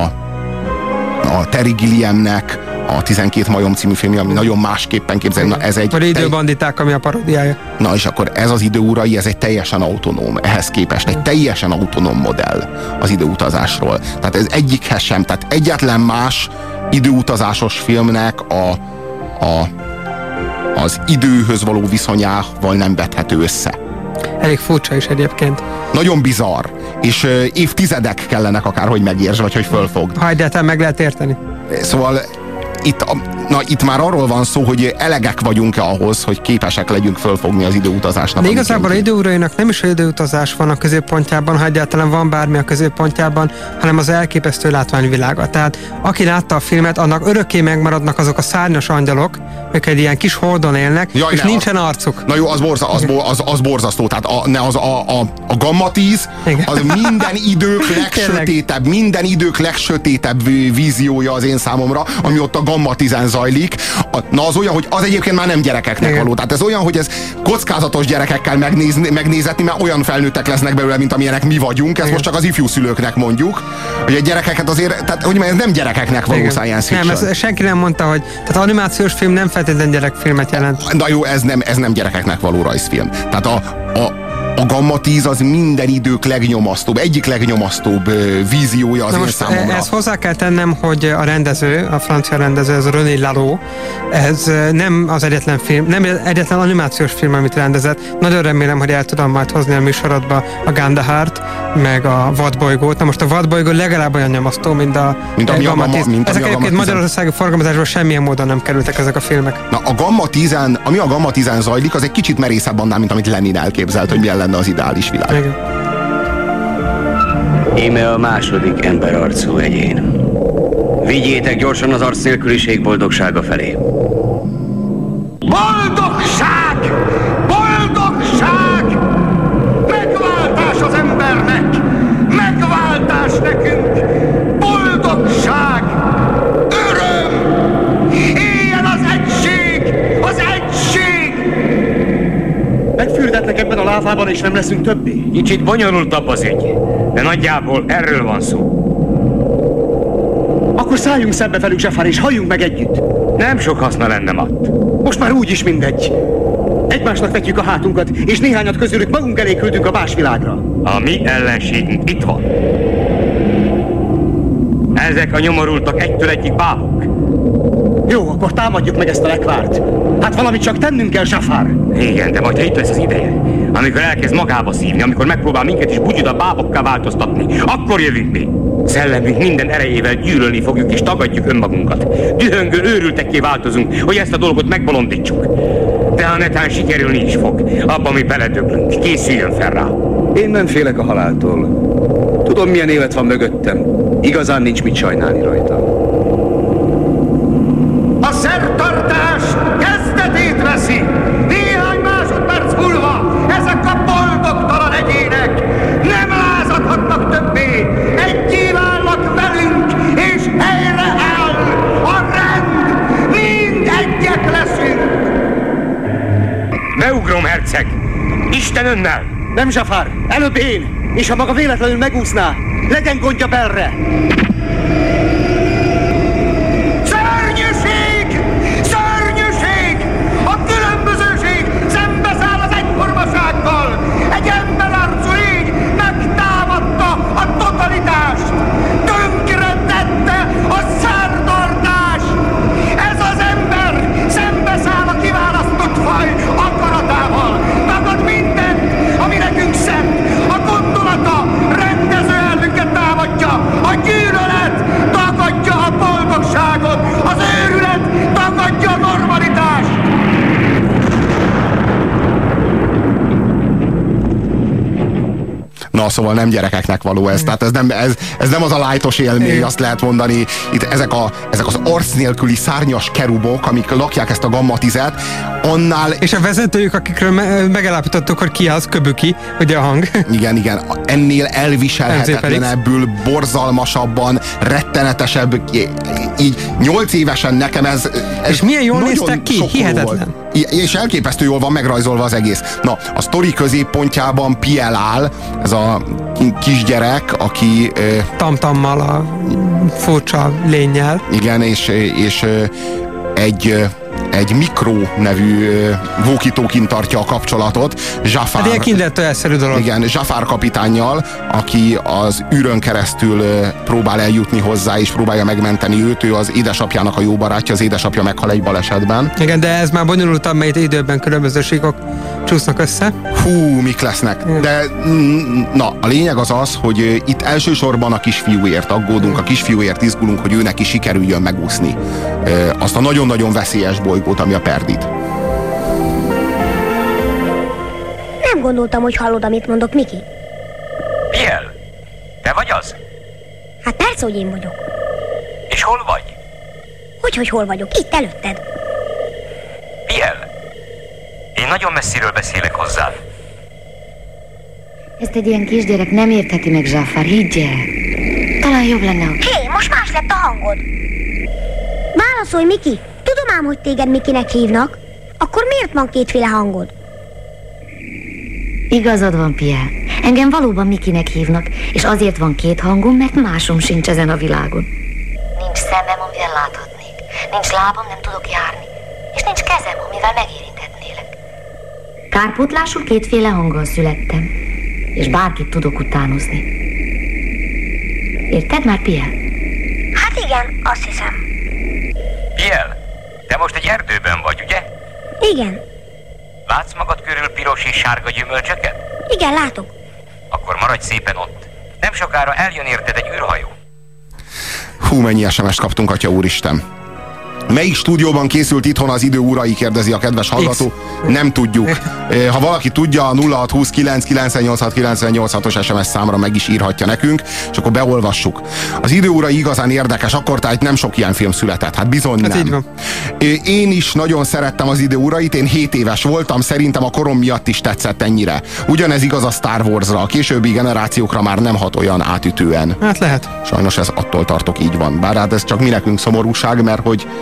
a Terry Gilliamnek a tizenkét majom című film, ami nagyon másképpen képzelni. Na, ez egy... Vagy időbanditák, ami a paródiája. Na és akkor ez az Idő urai, ez egy teljesen autonóm, ehhez képest egy teljesen autonóm modell az időutazásról. Tehát ez egyikhez sem, tehát egyetlen más időutazásos filmnek a, a, az időhöz való viszonyával nem vethető össze. Elég furcsa is egyébként. Nagyon bizarr, és uh, évtizedek kellenek akár, hogy megértsd, vagy hogy fölfogd. Ha egyáltalán meg lehet érteni. Szóval Itt, a, na, itt már arról van szó, hogy elegek vagyunk-e ahhoz, hogy képesek legyünk fölfogni az időutazásnak. De igazából az időurainak nem is időutazás van a középpontjában, ha egyáltalán van bármi a középpontjában, hanem az elképesztő látványvilága. Tehát aki látta a filmet, annak örökké megmaradnak azok a szárnyas angyalok, ők egy ilyen kis holdon élnek, Jaj, és ne, nincsen az, arcuk. Na jó, az, borza, az, az, az borzasztó. Tehát a, ne, az, a, a, a gamma tíz, az minden idők legsötétebb, minden idők legsötétebb víziója az én számomra, ami ott a gamma tízen zajlik. Na az olyan, hogy az egyébként már nem gyerekeknek Igen. való. Tehát ez olyan, hogy ez kockázatos gyerekekkel megnézni, megnézetni, mert olyan felnőttek lesznek belőle, mint amilyenek mi vagyunk. Ezt Igen. most csak az ifjú szülőknek mondjuk. Hogy a gyerekeket azért, tehát hogy ez nem gyerekeknek való Igen. science fiction. Nem, ez, senki nem mondta, hogy tehát animációs film nem feltétlenül gyerekfilmet jelent. Na jó, ez nem, ez nem gyerekeknek való rajzfilm. Tehát a, a A gamma tíz az minden idők legnyomasztóbb, egyik legnyomasztóbb víziója az Na én most számomra. Ezt hozzá kell tennem, hogy a rendező, a francia rendező, ez René Laloux, ez nem az egyetlen film, nem egyetlen animációs film, amit rendezett. Nagyon remélem, hogy el tudom majd hozni a műsorodba a Gandahart, meg a Vadbolygót. Na most a Vadbolygó legalább olyan nyomasztó, mint a, mint a gamma tíz. Mint ezek egyébként magyarországi forgalmazásban semmilyen módon nem kerültek ezek a filmek. Na a gamma tízen, ami a gamma tízen zajlik, az egy kicsit merészebb annál, mint amit Lenin elképzelt, hogy milyen lenne az ideális világ. Igen. Íme a második emberarcú egyén. Vigyétek gyorsan az arc nélküliség boldogsága felé. Boldogság! Boldogság! Megváltás Elmerülünk ebben a lávában, és nem leszünk többé? Kicsit bonyolultabb az ügy, de nagyjából erről van szó. Akkor szálljunk szembe velük, Zsafár, és halljunk meg együtt. Nem sok haszna lenne, Matt. Most már úgyis mindegy. Egymásnak vetjük a hátunkat, és néhányat közülük magunk elé küldünk a básvilágra. A mi ellenségünk itt van. Ezek a nyomorultak egytől egyik bábok. Jó, akkor támadjuk meg ezt a lekvárt. Hát valamit csak tennünk kell, Zsafár. Igen, de majd itt lesz az ideje. Amikor elkezd magába szívni, amikor megpróbál minket is bugyuda bábokká változtatni, akkor jövünk mi. Szellemünk minden erejével gyűlölni fogjuk és tagadjuk önmagunkat. Dühöngő őrültekké változunk, hogy ezt a dolgot megbolondítsuk. De ha netán sikerülni is fog, abban mi beledöglünk. Készüljön fel rá. Én nem félek a haláltól. Tudom, milyen élet van mögöttem. Igazán nincs mit sajnálni rajta. A szertartás kezdetét veszi! Néhány másodperc múlva ezek a boldogtalan egyének nem lázadhatnak többé! Egyé válnak velünk, és helyre áll a rend! Mind egyek leszünk! Beugrom, herceg! Isten önnel! Nem, Zsafár! Előbb én! És ha maga véletlenül megúszná, legyen gondja Belre! Szörnyűség! Szörnyűség! A különbözőség szembeszáll az egyformasággal! Egy emberarcú légy megtámadta a totalitást! Tönkretette a szertartást! Ez az ember szembeszáll a kiválasztott faj akaratával! Tagad mindent, ami nekünk szent! A gondolata rendező elvünket támadja! A gyűlölet tagadja a boldogságot! Az őrület tagadja a normalitást! Na, szóval nem gyerekeknek való ez. Tehát ez nem, ez, ez nem az a lájtos élmény, azt lehet mondani. Itt ezek, a, ezek az arc nélküli szárnyas kerubok, amik lakják ezt a gammatizet, annál... És a vezetőjük, akikről me- megállapítottuk, hogy ki az, Köbüki, ugye a hang. Igen, igen. Ennél elviselhetetlenebbül, borzalmasabban, rettenetesebb, így nyolc évesen nekem ez, ez és milyen jól néztek ki? Hihetetlen. Volt. És elképesztő jól van megrajzolva az egész. Na, a sztori középpontjában Piel áll, ez a kisgyerek, aki... Tamtammal, a furcsa lénnyel. Igen, és, és egy... egy Mikro nevű walkie-talkie-n tartja a kapcsolatot. Zsafár, hát ilyen kindertőjelszerű dolog. Igen, Zsafár kapitánnyal, aki az űrön keresztül próbál eljutni hozzá, és próbálja megmenteni őt. Ő az édesapjának a jó barátja, az édesapja meghal egy balesetben. Igen, de ez már bonyolultabb, mert időben különböző síkok csúsznak össze. Hú, mik lesznek. De na, a lényeg az az, hogy itt elsősorban a kisfiúért aggódunk, a kisfiúért izgulunk, hogy ő neki sikerüljön megúszni azt a nagyon-nagyon veszélyes bolygót, ami a Perdit. Nem gondoltam, hogy hallod, amit mondok, Miki. Piel, te vagy az? Hát persze, hogy én vagyok. És hol vagy? Hogyhogy hol vagyok? Itt előtted. Piel, én nagyon messziről beszélek hozzád. Ezt egy ilyen kisgyerek nem értheti meg, Zsafár, higgy el. Talán jobb lenne, ha... Hé, hey, most más lett a hangod. Válaszolj, Miki. Tudom ám, hogy téged Mikinek hívnak. Akkor miért van kétféle hangod? Igazad van, Pierre. Engem valóban Mikinek hívnak, és azért van két hangom, mert másom sincs ezen a világon. Nincs szemem, amivel láthatnék. Nincs lábam, nem tudok járni. És nincs kezem, amivel megérinthetnélek. Kárpótlásul kétféle hanggal születtem, és bárkit tudok utánozni. Érted már, Pierre? Hát igen, azt hiszem. Piel, te most egy erdőben vagy, ugye? Igen. Látsz magad körül piros és sárga gyümölcsöket? Igen, látok. Akkor maradj szépen ott. Nem sokára eljön érted egy űrhajó. Hú, mennyi es em es-t kaptunk, Atya úristen. Melyik stúdióban készült itthon az Idő urai, kérdezi a kedves hallgató. X. Nem tudjuk. Ha valaki tudja, a nulla hat húsz kilenc kilencnyolc hat kilencnyolc hatos es em es számra meg is írhatja nekünk, és akkor beolvassuk. Az Idő urai igazán érdekes, akkor tehát nem sok ilyen film született. Hát bizony hát nem. Én is nagyon szerettem az Idő urait, én hét éves voltam, szerintem a korom miatt is tetszett ennyire. Ugyanez igaz a Star Warsra, a későbbi generációkra már nem hat olyan átütően. Hát lehet. Sajnos ez attól tartok, így van. Bár hát ez csak mi nekünk szomorúság, mert hogy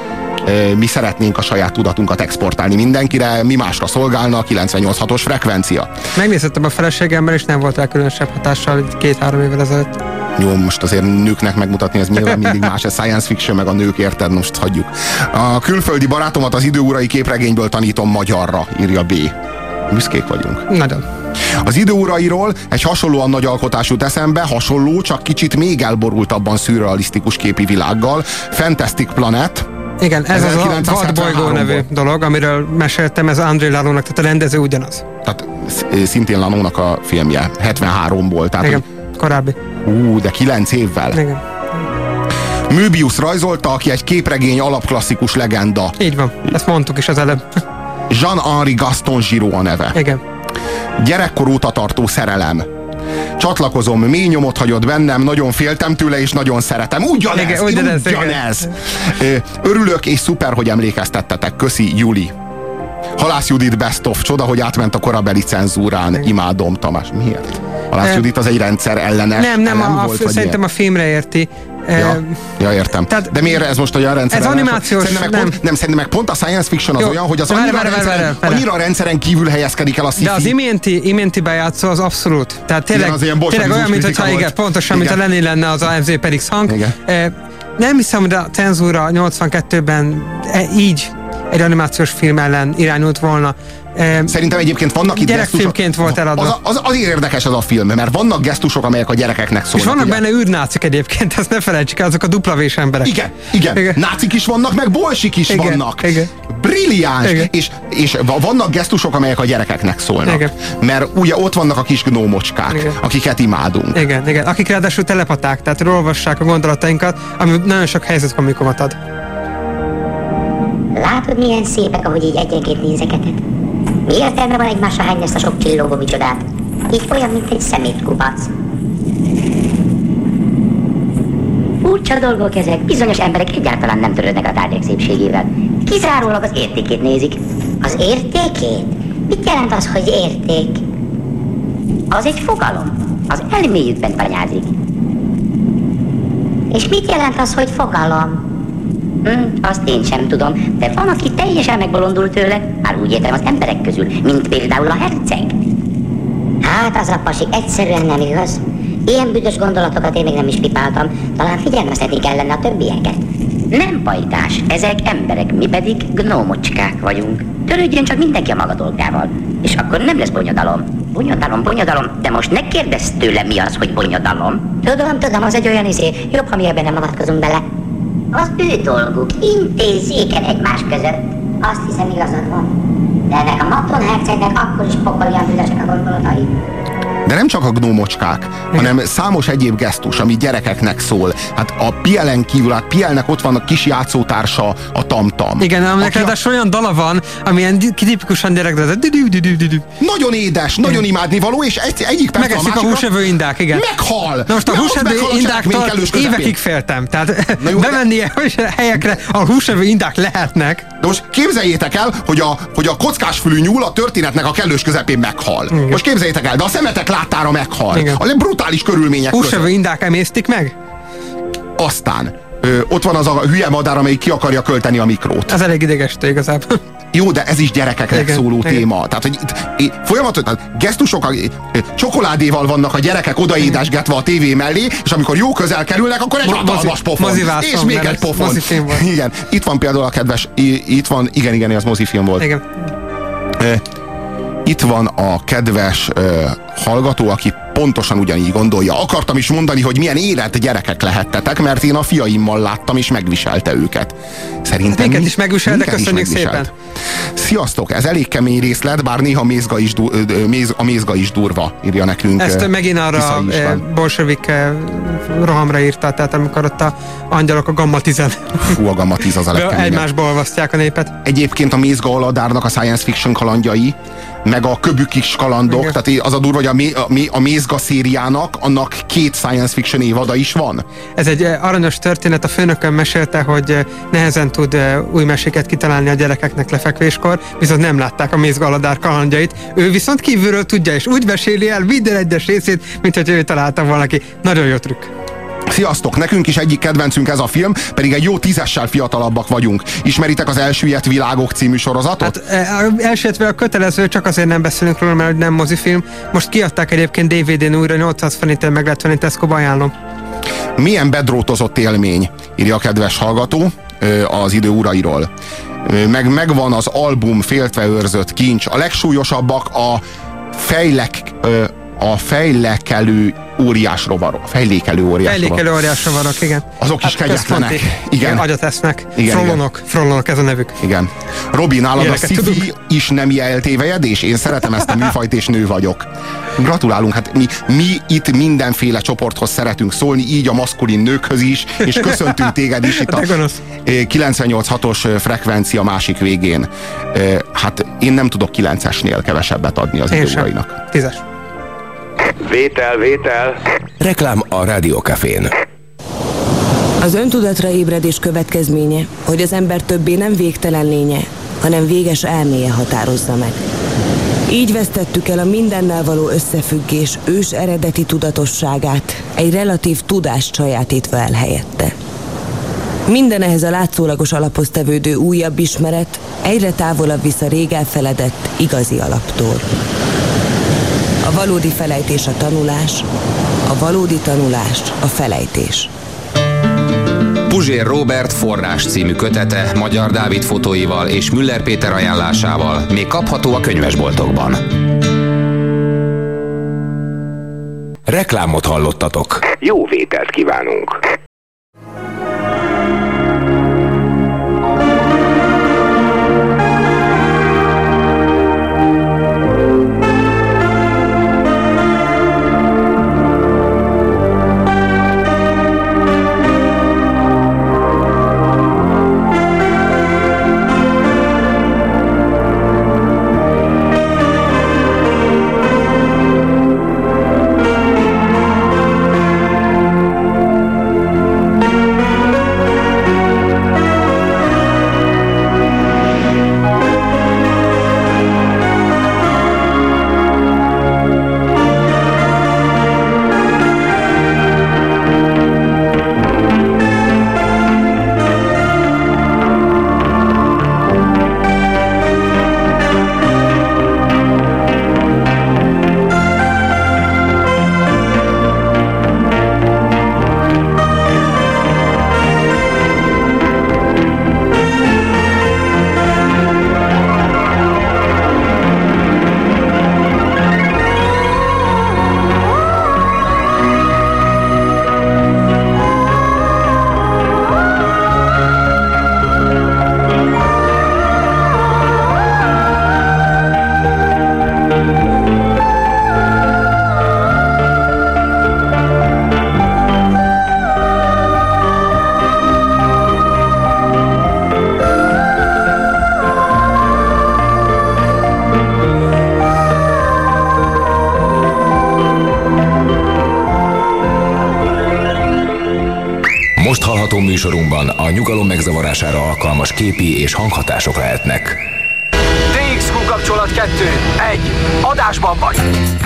mi szeretnénk a saját tudatunkat exportálni mindenkire, mi másra szolgálna a kilencvennyolc hatos frekvencia. Megnézhettem a feleségemmel, és nem volt rá különösebb hatással két-három évvel ezelőtt. Jó, most azért nőknek megmutatni, ez nyilván mindig más, ez science fiction, meg a nők, érted, most hagyjuk. A külföldi barátomat az időurai képregényből tanítom magyarra, írja B. Büszkék vagyunk. Nagyon. Az időurairól egy hasonlóan nagy alkotás jut eszembe, hasonló, csak kicsit még elborultabban szürrealisztikus képi világgal. Fantastic Planet. Igen, ez az a Vadbolygó nevű dolog, amiről meséltem, ez André Lanónak, tehát a rendező ugyanaz. Tehát szintén Lanónak a filmje, hetvenháromból. Tehát, igen, korábbi. Ú, de kilenc évvel. Igen. Möbius rajzolta, aki egy képregény alapklasszikus legenda. Így van, ezt mondtuk is az előbb. Jean-Henri Gaston Giraud a neve. Igen. Gyerekkor óta tartó szerelem. Csatlakozom, mély nyomot hagyott bennem, nagyon féltem tőle, és nagyon szeretem. Ugyanez, igen, ugyanez. ugyanez. Örülök, és szuper, hogy emlékeztettetek. Köszi, Juli. Halász Judit Best of, csoda, hogy átment a korabeli cenzúrán. Igen. Imádom, Tamás. Miért? Halász Judit az egy rendszer ellenes. Nem, nem, a, volt, a, szerintem ilyen? A filmre érti. Ja, ja, értem. Tehát, de miért ez most olyan rendszer? Ez animációs, szerintem nem. Pont, nem, szerintem meg pont a science fiction az jó, olyan, hogy az annyira, várj, rendszeren, várj, várj, annyira rendszeren kívül helyezkedik el a sci-fi. De az iménti, iménti bejátszó az abszolút. Tehát tényleg, igen, tényleg olyan, mintha igen, pontosan, mint a Lenin lenne az a em zé per iksz hang. E, nem hiszem, hogy a cenzúra nyolcvankettőben e, így egy animációs film ellen irányult volna. Szerintem egyébként vannak itt gyerekfilmként volt eladva. Az, az, azért érdekes ez a film, mert vannak gesztusok, amelyek a gyerekeknek szólnak. És vannak ugye? Benne űrnácik egyébként, ezt ne felejtsük el, azok a duplavés emberek. Igen, igen, igen. Nácik is vannak, meg bolsik is igen, vannak. Igen. Brilliáns. Igen. És, és vannak gesztusok, amelyek a gyerekeknek szólnak. Igen. Mert ugye ott vannak a kis gnómocskák, igen. akiket imádunk. Igen, igen. Akik ráadásul telepaták, tehát olvassák a gondolatainkat, ami nagyon sok helyzetkomikomat ad. Látod, milyen szépek, ahogy így egyenként nézegeted? Mi értelme van egymásra hányni ezt a sok csillogó micsodát? Így olyan, mint egy szemétkupac. Furcsa dolgok ezek. Bizonyos emberek egyáltalán nem törődnek a tárgyak szépségével. Kizárólag az értékét nézik. Az értékét? Mit jelent az, hogy érték? Az egy fogalom. Az elméjükben tanyázik. És mit jelent az, hogy fogalom? Hm, azt én sem tudom, de van, aki teljesen megbolondult tőle, már úgy értem az emberek közül, mint például a herceg. Hát az a pasi egyszerűen nem igaz. Ilyen büdös gondolatokat én még nem is pipáltam, talán figyelmeztetni kellene a többieket. Nem pajtás, ezek emberek, mi pedig gnómocskák vagyunk. Törődjön csak mindenki a maga dolgával, és akkor nem lesz bonyodalom. Bonyodalom, bonyodalom, de most ne kérdezz tőle, mi az, hogy bonyodalom. Tudom, tudom, az egy olyan izé, jobb, ha mi ebben nem avatkozunk bele. Az ő dolguk, intézzék el egymás között. Azt hiszem, igazad van. De ennek a Matton hercegnek akkor is pokolian büdösek a gondolatai. De nem csak a gnómocskák, hanem számos egyéb gesztus, ami gyerekeknek szól. Hát a Pielen kívül, hát Pielnek ott van a kis játszótársa, a Tamtam. Igen, aminek ráadásul olyan dala van, amilyen tipikusan gyerekre. Nagyon édes, nagyon imádnivaló, és egy, egyik perc a másikra... a húsevő indák, igen. Meghal! Na most a húsevő indáktól évekig féltem. Tehát jó, bemenni de... helyekre, ahol húsevő indák lehetnek. De most képzeljétek el, hogy a, hogy a kockásfülű nyúl a történetnek a kellős közepén meghal. Igen. Most képzeljétek el, de a szemetek láttára meghal. Igen. A brutális körülmények között. Húsevő indák emésztik meg? Aztán ö, ott van az a hülye madár, amelyik ki akarja költeni a mikrót. Ez elég idegesítő igazából. Jó, de ez is gyerekeknek igen, szóló igen. téma. Tehát, hogy itt, folyamatosan gesztusok, csokoládéval vannak a gyerekek odaédesgetve a tévé mellé, és amikor jó közel kerülnek, akkor egy hatalmas pofon. És még egy pofon. Igen. Itt van például a kedves, itt van, igen, igen, az mozifilm volt. Igen. Itt van a kedves uh, hallgató, aki pontosan ugyanígy gondolja. Akartam is mondani, hogy milyen élet gyerekek lehettetek, mert én a fiaimmal láttam, és megviselte őket. Szerintem minket is megviselt, de köszönjük szépen. Sziasztok, ez elég kemény részlet, bár néha mézga is du, méz, a mézga is durva, írja nekünk. Ezt megint arra bolsevik rohamra írta, tehát amikor ott a angyalok a Gamma tízen. Fú, a Gamma tíz az a legkeményebb. Egymásba olvasztják a népet. Egyébként a mézga aladárnak a science fiction kalandjai, meg a köbük is kalandok, igen. Tehát az a durva, hogy a, mé, a, mé, a mézga szériának, annak két science fiction évada is van. Ez egy aranyos történet, a főnökön mesélte, hogy nehezen tud új meséket kitalálni a gyerekeknek lefekvéskor, viszont nem látták a mézga aladár kalandjait. Ő viszont kívülről tudja, és úgy meséli el minden egyes részét, mint hogy ő találta valaki. Nagyon jó trükk. Sziasztok! Nekünk is egyik kedvencünk ez a film, pedig egy jó tízessel fiatalabbak vagyunk. Ismeritek az Elsüllyedt világok című sorozatot? Hát, Elsüllyedt világok kötelező, csak azért nem beszélünk róla, mert nem mozifilm. Most kiadták egyébként dé vé dén újra, nyolcszáz forintért meg lehet venni, Tesco-ba ajánlom. Milyen bedrótozott élmény, írja a kedves hallgató az Idő urairól. Meg, megvan az album féltve őrzött kincs. A legsúlyosabbak a fejlek... a fejlekelő óriás rovarok. Fejlékelő óriás Fejlékelő rovarok. óriás rovarok, igen. Azok is hát kegyetlenek. Igen. igen. Agyat esznek. Frollonok. Frollonok ez a nevük. Igen. Robi, nálad Ilyeneket a sci-fi tudunk. is nem eltévejedés? Én szeretem ezt a műfajt, és nő vagyok. Gratulálunk, hát mi, mi itt mindenféle csoporthoz szeretünk szólni, így a maszkulin nőkhöz is, és köszöntünk téged is itt a kilencvennyolc hatos frekvencia másik végén. Hát én nem tudok kilencesnél kevesebbet adni az Idő urainak. Tízes. Vétel, vétel. Reklám a Rádiókafén. Az öntudatra ébredés következménye, hogy az ember többé nem végtelen lénye, hanem véges elméje határozza meg. Így vesztettük el a mindennel való összefüggés ős eredeti tudatosságát, egy relatív tudást sajátítva el helyette. Minden ehhez a látszólagos alaphoz tevődő újabb ismeret egyre távolabb visz a rég elfeledett igazi alaptól. A valódi felejtés a tanulás, a valódi tanulás a felejtés. Puzsér Róbert forrás című kötete Magyar Dávid fotóival és Müller Péter ajánlásával még kapható a könyvesboltokban. Reklámot hallottatok. Jó vételt kívánunk. Műsorunkban a nyugalom megzavarására alkalmas képi és hanghatások lehetnek. té iksz kú kapcsolat kettő, egy, adásban vagy!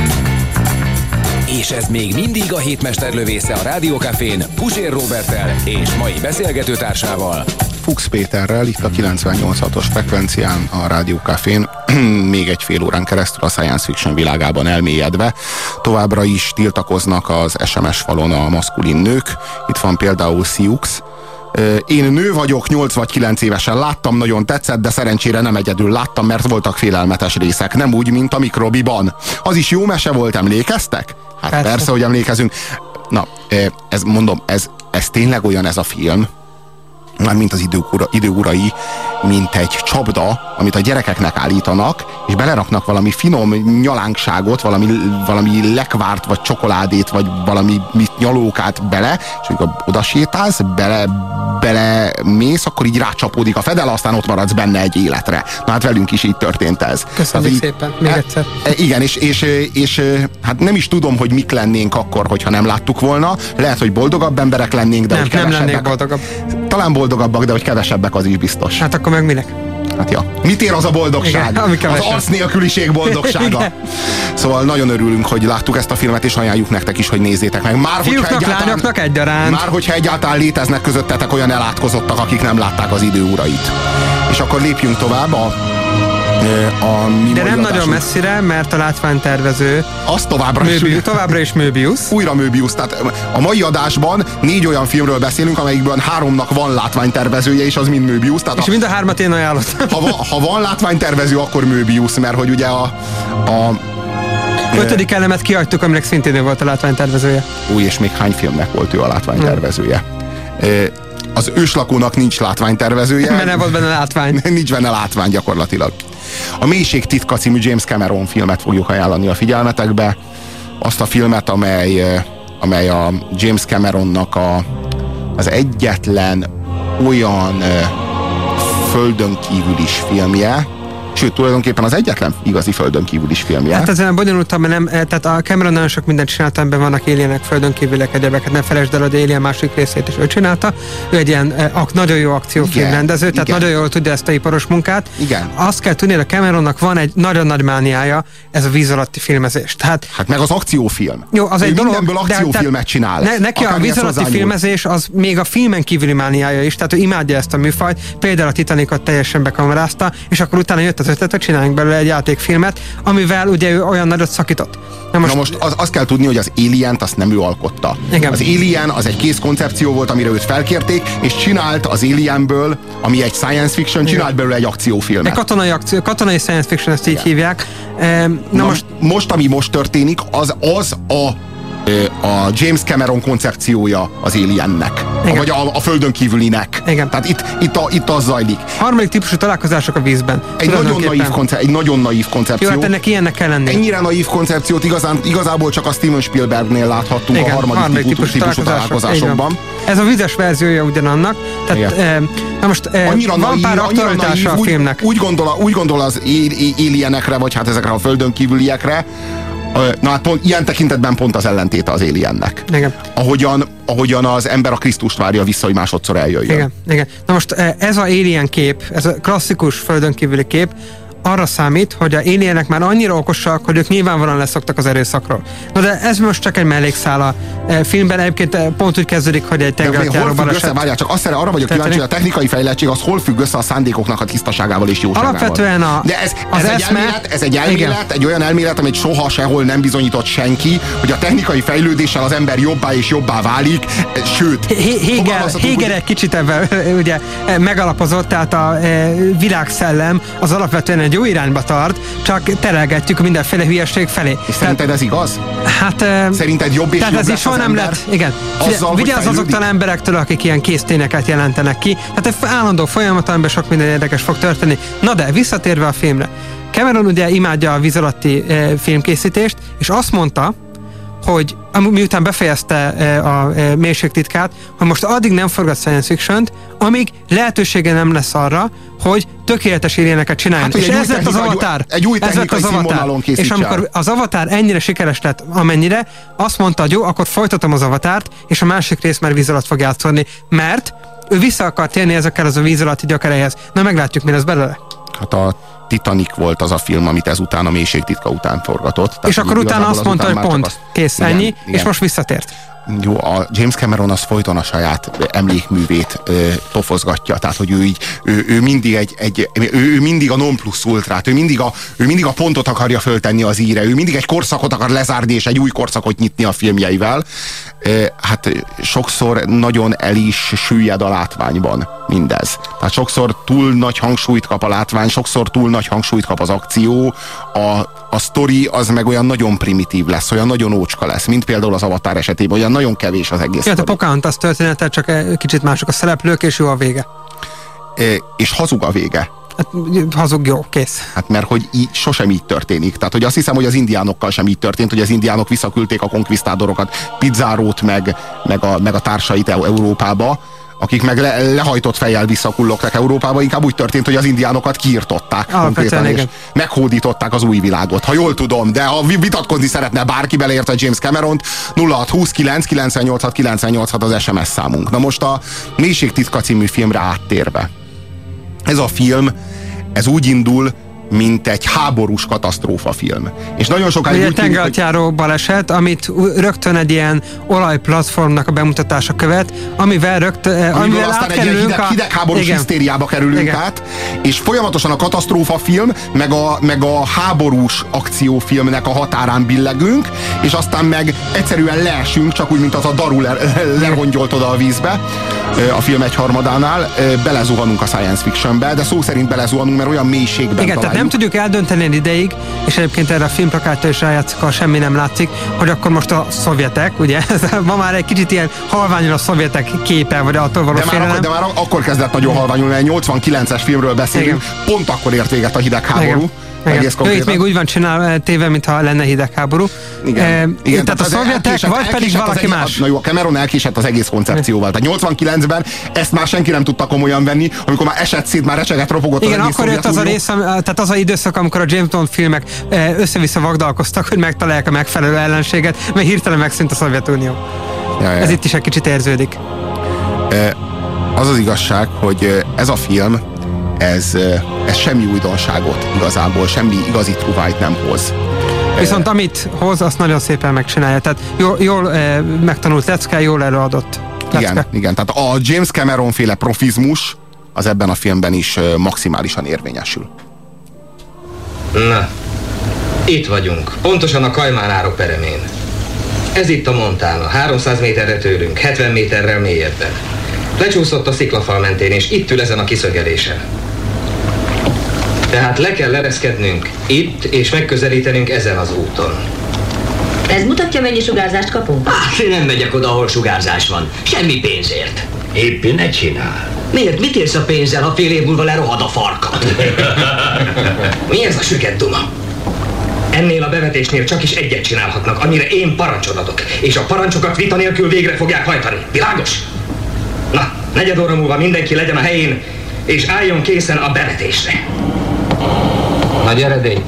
És ez még mindig a hétmesterlövésze a Rádiókafén Puzsér Róberttel és mai beszélgetőtársával, Fuchs Péterrel, itt a kilencvennyolc hatos frekvencián a Rádiókafén, még egy fél órán keresztül a science fiction világában elmélyedve. Továbbra is tiltakoznak az es em es falon a maszkulin nők. Itt van például Siux. Én nő vagyok, nyolc vagy kilenc évesen láttam, nagyon tetszett, de szerencsére nem egyedül láttam, mert voltak félelmetes részek. Nem úgy, mint a Mikrobiban. Az is jó mese volt, emlékeztek? Hát persze, persze hogy emlékezünk. Na, ez mondom, ez, ez tényleg olyan ez a film, mint az Idő, ura, idő urai, mint egy csapda, amit a gyerekeknek állítanak, és beleraknak valami finom nyalánkságot, valami, valami lekvárt, vagy csokoládét, vagy valami mit, nyalókát bele, és amikor oda sétálsz, bele, bele mész, akkor így rácsapódik a fedel, aztán ott maradsz benne egy életre. Na hát velünk is így történt ez. Köszönjük így, szépen, még egyszer. E, igen, és, és, és hát nem is tudom, hogy mik lennénk akkor, hogyha nem láttuk volna. Lehet, hogy boldogabb emberek lennénk, de nem, hogy nem lennék boldogabb. Talán boldogabbak, de hogy kevesebbek, az is biztos. Hát akkor meg minek? Hát ja. Mit ér az a boldogság? Igen, az arc nélküliség boldogsága. Igen. Szóval nagyon örülünk, hogy láttuk ezt a filmet, és ajánljuk nektek is, hogy nézzétek meg. Már fiúknak, lányoknak egyaránt. Már hogyha egyáltalán léteznek közöttetek olyan elátkozottak, akik nem látták az idő urait. És akkor lépjünk tovább a A De nem nagyon messzire, mert a látványtervező az továbbra is, Möbius, továbbra is Möbius. Újra Möbius, tehát a mai adásban négy olyan filmről beszélünk, amelyikben háromnak van látványtervezője, és az mind Möbius. Tehát és a, mind a hármat én ajánlottam. Ha, va, ha van látványtervező, akkor Möbius, mert hogy ugye a... a ötödik elemet kihagytuk, aminek szintén ő volt a látványtervezője. Új, és még hány filmnek volt ő a látványtervezője? Hmm. Az őslakónak nincs látványtervezője. Mert nem volt benne látvány. Nincs benne látvány gyakorlatilag. A Mélység titka című James Cameron filmet fogjuk ajánlani a figyelmetekbe. Azt a filmet, amely, amely a James Cameronnak a, az egyetlen olyan földön kívülis filmje, sőt, tulajdonképpen az egyetlen igazi földön kívülis filmje. Hát ezen bonyolultam, mert nem, tehát a Cameron nagyon sok mindent csinált, amiben vannak alienek, földön kívülek, egyebeket, nem felejtsd el, hogy Alien másik részét is ő csinálta. Ő egy ilyen ak, nagyon jó akciófilm rendező, tehát nagyon jól tudja ezt a iparos munkát. Igen. Azt kell tudni, hogy a Cameronnak van egy nagyon nagy mániája, ez a víz alatti filmezés. Tehát, hát meg az akciófilm. Jó, az ő egy dolog, mindenből akciófilmet csinál. Ne, neki a víz alatti filmezés az még a filmen kívüli mániája is, tehát ő imádja ezt a műfajt. Például a Titanicot teljesen bekamerázta, és akkor utána jött az ötlet, hogy csináljunk belőle egy játékfilmet, amivel ugye ő olyan nagyot szakított. Na most, Na most az, azt kell tudni, hogy az Alien-t azt nem ő alkotta. Igen. Az Alien az egy kész koncepció volt, amire őt felkérték, és csinált az Alienből, ami egy science fiction, csinált Igen. belőle egy akciófilmet. Egy katonai, akció, katonai science fiction, ezt így Igen. hívják. E, na, na most, most, ami most történik, az az a a James Cameron koncepciója az Aliennek. Igen. Vagy a, a földön kívülinek. Igen. Tehát itt, itt, a, itt az zajlik. Harmadik típusú találkozások a vízben. Egy nagyon, naív konce- egy nagyon naív koncepció. Jó, hát ennek ilyennek kell lenni. Ennyire naív koncepciót igazán, igazából csak a Steven Spielbergnél láthattunk. Igen, a harmadik, harmadik típusú, típusú találkozásokban. Ez a vizes verziója ugyanannak. Tehát, e, na most e, annyira van naív, pár aktualitása a filmnek. Úgy, úgy, gondol, úgy gondol az alienekre, vagy hát ezekre a földön kívüliekre. Na hát pont, ilyen tekintetben pont az ellentéte az Aliennek. Igen. Ahogyan, ahogyan az ember a Krisztust várja vissza, hogy másodszor eljöjjön. Igen, igen. Na most ez a Alien kép, ez a klasszikus földön kívüli kép, arra számít, hogy a alienek már annyira okosak, hogy ők nyilvánvalóan leszoktak az erőszakról. Na de ez most csak egy mellékszál a filmben, egyébként pont úgy kezdődik, hogy egy tengerjáró baleset. Várjál, csak azt arra vagyok kíváncsi, hogy a technikai fejlettség az hol függ össze a szándékoknak a tisztaságával és jóságával. Alapvetően a, de ez, az ez, eszme, egy elmélet, ez egy elmélet, igen. egy olyan elmélet, amit soha sehol nem bizonyított senki, hogy a technikai fejlődéssel az ember jobbá és jobbá válik, sőt. Héger egy kicsit ebben ugye megalapozott, tehát a világszellem az alapvetően egy jó irányba tart, csak terelgetjük mindenféle hülyeség felé. És szerinted ez igaz? Hát... Szerinted jobb és tehát jobb ez is soha nem lett. Igen. Azzal, vigyázz azoktól emberektől, akik ilyen készténeket jelentenek ki. Tehát egy állandó folyamat, amiben sok minden érdekes fog történni. Na de, visszatérve a filmre. Cameron ugye imádja a víz alatti e, filmkészítést, és azt mondta, hogy miután befejezte a mélységtitkát, hogy most addig nem forgat science fiction-t, amíg lehetősége nem lesz arra, hogy tökéletes alieneket csináljon. Hát, és ez lett az Avatar. Egy új technikai színvonalon készítsen. És amikor az Avatar ennyire sikeres lett, amennyire, azt mondta, hogy jó, akkor folytatom az Avatárt, és a másik rész már víz alatt fog játszani, mert ő vissza akar térni ezekkel az a víz alatti gyökereihez. Na meglátjuk, mi lesz belőle. Hát a Titanic volt az a film, amit ezután a mélységtitka után forgatott. És akkor utána azt mondta, hogy pont, azt... kész, igen, ennyi, igen. És most visszatért. Jó, a James Cameron az folyton a saját emlékművét ö, pofozgatja, tehát hogy ő így, ő, ő mindig egy, egy ő, ő mindig a non plus ultrát, ő mindig a, ő mindig a pontot akarja föltenni az íre, ő mindig egy korszakot akar lezárni és egy új korszakot nyitni a filmjeivel. Ö, hát sokszor nagyon el is süllyed a látványban mindez. Tehát sokszor túl nagy hangsúlyt kap a látvány, sokszor túl nagy hangsúlyt kap az akció, a, a sztori az meg olyan nagyon primitív lesz, olyan nagyon ócska lesz, mint például az Avatar esetében, olyan nagyon kevés az egész. Ja, a Pocahontas története, csak kicsit mások a szereplők, és jó a vége. É, és hazug a vége. Hát, hazug, jó, kész. Hát mert hogy így, sosem így történik. Tehát, hogy azt hiszem, hogy az indiánokkal sem így történt, hogy az indiánok visszaküldték a konkvisztádorokat, Pizzárót, meg, meg, a, meg a társait Európába, akik meg le, lehajtott fejjel visszakullogtak Európába, inkább úgy történt, hogy az indiánokat kiirtották konkrétan, és meghódították az új világot. Ha jól tudom, de ha vitatkozni szeretne bárki, beleértve James Cameront, nulla hat huszonkilenc kilencszáznyolcvanhat kilencszáznyolcvanhat az es em es számunk. Na most a Mélységtitka című filmre áttérve. Ez a film ez úgy indul, mint egy háborús katasztrófafilm. És nagyon sokáig úgy tengeralattjáró hogy... baleset, amit rögtön egy ilyen olajplatformnak a bemutatása követ, amivel rögtön amivel, amivel aztán egy hideg, a... hidegháborús igen. hisztériába kerülünk igen. át, és folyamatosan a katasztrófafilm, meg a, meg a háborús akciófilmnek a határán billegünk, és aztán meg egyszerűen leesünk, csak úgy, mint az a daru le, lerongyoltod oda a vízbe a film egyharmadánál, belezuhanunk a science fictionbe, de szó szerint belezuhanunk, mert olyan mélységben igen, találjuk. Nem tudjuk eldönteni egy ideig, és egyébként erre a filmplakátja is rájátszik, ha semmi nem látszik, hogy akkor most a szovjetek, ugye, ma már egy kicsit ilyen halványul a szovjetek képe, vagy attól való de már, akkor, de már akkor kezdett nagyon halványulni, egy nyolcvankilences filmről beszélünk, igen. pont akkor ért véget a hidegháború. Ő itt még úgy van csinál téve, mintha lenne hidegháború. Igen. E, igen, tehát, tehát a szovjetek, elkésett, vagy pedig valaki egész, más. Na jó, a Cameron elkésett az egész koncepcióval. Tehát nyolcvankilencben ezt már senki nem tudta komolyan venni, amikor már esett szét, már recseget, ropogott igen, az egész akkor jött az a rész, tehát az a időszak, amikor a James Bond filmek össze-vissza vagdalkoztak, hogy megtalálják a megfelelő ellenséget, mert hirtelen megszűnt a Szovjetunió. Ja, ja. Ez itt is egy kicsit érződik. Az az igazság, hogy ez a film Ez, ez semmi újdonságot igazából, semmi igazi truvájt nem hoz. Viszont amit hoz, azt nagyon szépen megcsinálja. Tehát jól, jól eh, megtanult lecke, jól előadott lecke. Igen, igen, tehát a James Cameron féle profizmus az ebben a filmben is maximálisan érvényesül. Na, itt vagyunk, pontosan a Kajmán árok peremén. Ez itt a Montana, háromszáz méterre tőlünk, hetven méterrel mélyebben. Lecsúszott a sziklafal mentén, és itt ül ezen a kiszögelésen. Tehát le kell ereszkednünk itt, és megközelítenünk ezen az úton. Ez mutatja, mennyi sugárzást kapunk? Hát, én nem megyek oda, ahol sugárzás van. Semmi pénzért. Éppen ne csinál. Miért? Mit érsz a pénzzel, ha fél év múlva lerohad a farkad? Mi ez a süket duma? Ennél a bevetésnél csak is egyet csinálhatnak, amire én parancsot adok. És a parancsokat vita nélkül végre fogják hajtani. Világos? Na, negyed óra múlva mindenki legyen a helyén, és álljon készen a bevetésre. Nagy eredmény.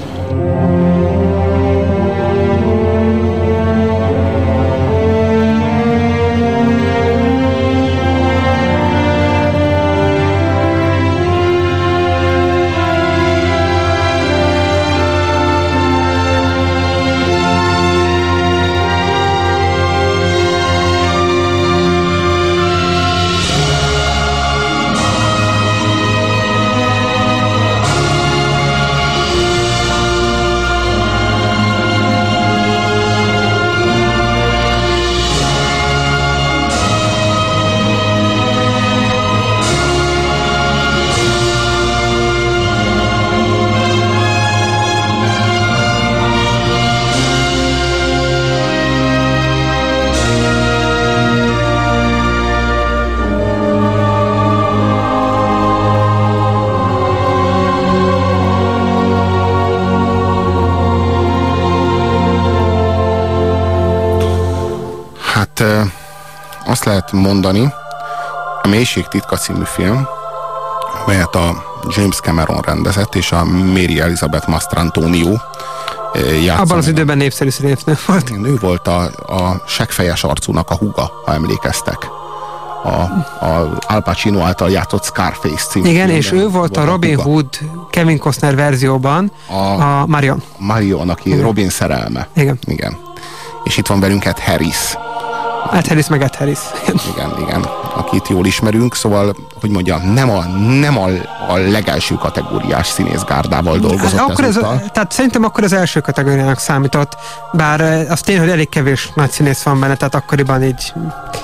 Azt lehet mondani, a Mélység titka című film, melyet a James Cameron rendezett, és a Mary Elizabeth Mastrantonio játszott. Abban az időben népszerű színésznő volt. Ő volt a, a seggfejes arcúnak a húga, ha emlékeztek. A, a Al Pacino által játszott Scarface című. Igen, filmben, és ő volt, volt a Robin a Hood Kevin Costner verzióban a, a Marion. Marion, aki igen. Robin szerelme. Igen. Igen. És itt van velünk Ed Harris. Ed Harris meg Ed Harris. Igen, igen, akit jól ismerünk, szóval, hogy mondjam, nem a, nem a, a legelső kategóriás színészgárdával dolgozott hát, akkor ez, tehát szerintem akkor az első kategóriának számított, bár az tény, hogy elég kevés nagy színész van benne, tehát akkoriban így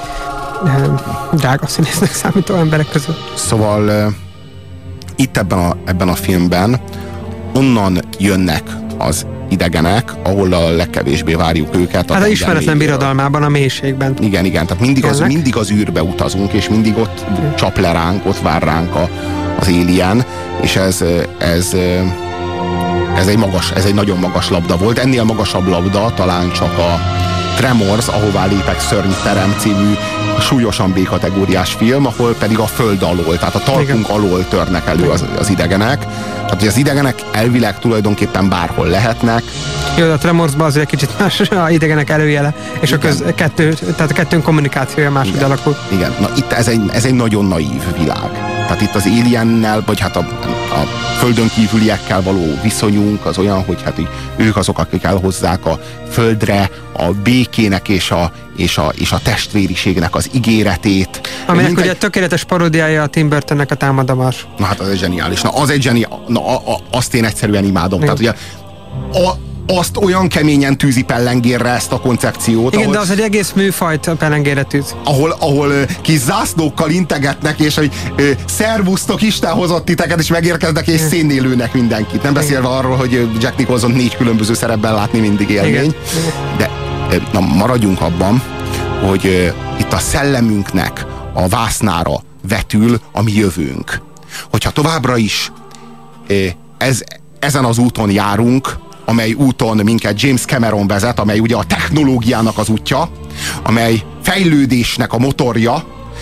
drága színésznek számító emberek közül. Szóval itt ebben a, ebben a filmben onnan jönnek az idegenek, ahol a legkevésbé várjuk őket. Hát az ismeretlen birodalmában, a mélységben. Igen, igen, tehát mindig az, mindig az űrbe utazunk, és mindig ott mm. csap le ránk, ott vár ránk a, az alien, és ez, ez, ez, egy magas, ez egy nagyon magas labda volt. Ennél magasabb labda talán csak a Tremors, ahová lépek szörnyterem című súlyosan B-kategóriás film, ahol pedig a föld alól, tehát a talpunk igen. alól törnek elő az, az idegenek. Tehát az idegenek elvileg tulajdonképpen bárhol lehetnek. Jó, a Tremorsban azért kicsit más a idegenek előjele, és igen. a köz, kettő, tehát a kettőnk kommunikációja máshogy alakul. Igen, na itt ez egy, ez egy nagyon naív világ. Tehát itt az aliennel, vagy hát a, a földön kívüliekkel való viszonyunk az olyan, hogy hát így ők azok, akik elhozzák a földre a békének és a, és a, és a testvériségnek az ígéretét. Aminek ugye egy tökéletes paródiája a Tim Burtonnek a Támadamás. Na hát az egy zseniális. Na az egy zseniális. Na a, a, azt én egyszerűen imádom. Igen. Tehát ugye a, azt olyan keményen tűzi pellengérre ezt a koncepciót. Igen, ahol, de az egy egész műfajt a pellengérre tűz. Ahol, ahol kis zászlókkal integetnek, és hogy szervusztok, Isten hozott titeket, és megérkeznek, és szénné lőnek mindenkit. Nem beszélve arról, hogy Jack Nicholson négy különböző szerepben látni mindig élmény. Igen. De na, maradjunk abban, hogy itt a szellemünknek a vásznára vetül a mi jövőnk. Hogyha továbbra is ez, ezen az úton járunk, amely úton minket James Cameron vezet, amely ugye a technológiának az útja, amely fejlődésnek a motorja,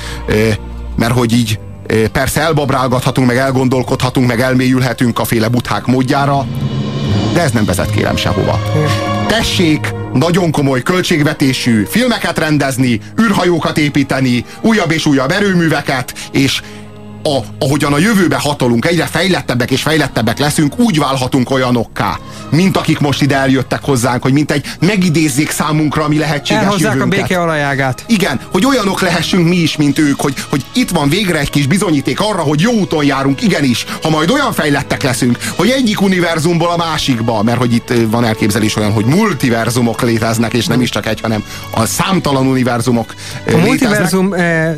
mert hogy így persze elbabrálgathatunk, meg elgondolkodhatunk, meg elmélyülhetünk a féle buthák módjára, de ez nem vezet kérem sehova. Tessék nagyon komoly költségvetésű filmeket rendezni, űrhajókat építeni, újabb és újabb erőműveket, és A, ahogyan a jövőbe hatolunk, egyre fejlettebbek és fejlettebbek leszünk, úgy válhatunk olyanokká, mint akik most ide eljöttek hozzánk, hogy mint egy megidézzék számunkra a mi lehetséges elhozzák jövőnket. A béke alajágát. Igen, hogy olyanok lehessünk mi is, mint ők, hogy, hogy itt van végre egy kis bizonyíték arra, hogy jó úton járunk, igenis, ha majd olyan fejlettek leszünk, hogy egyik univerzumból a másikba, mert hogy itt van elképzelés olyan, hogy multiverzumok léteznek, és nem is csak egy, hanem a számtalan univerzumok a léteznek. multiverzum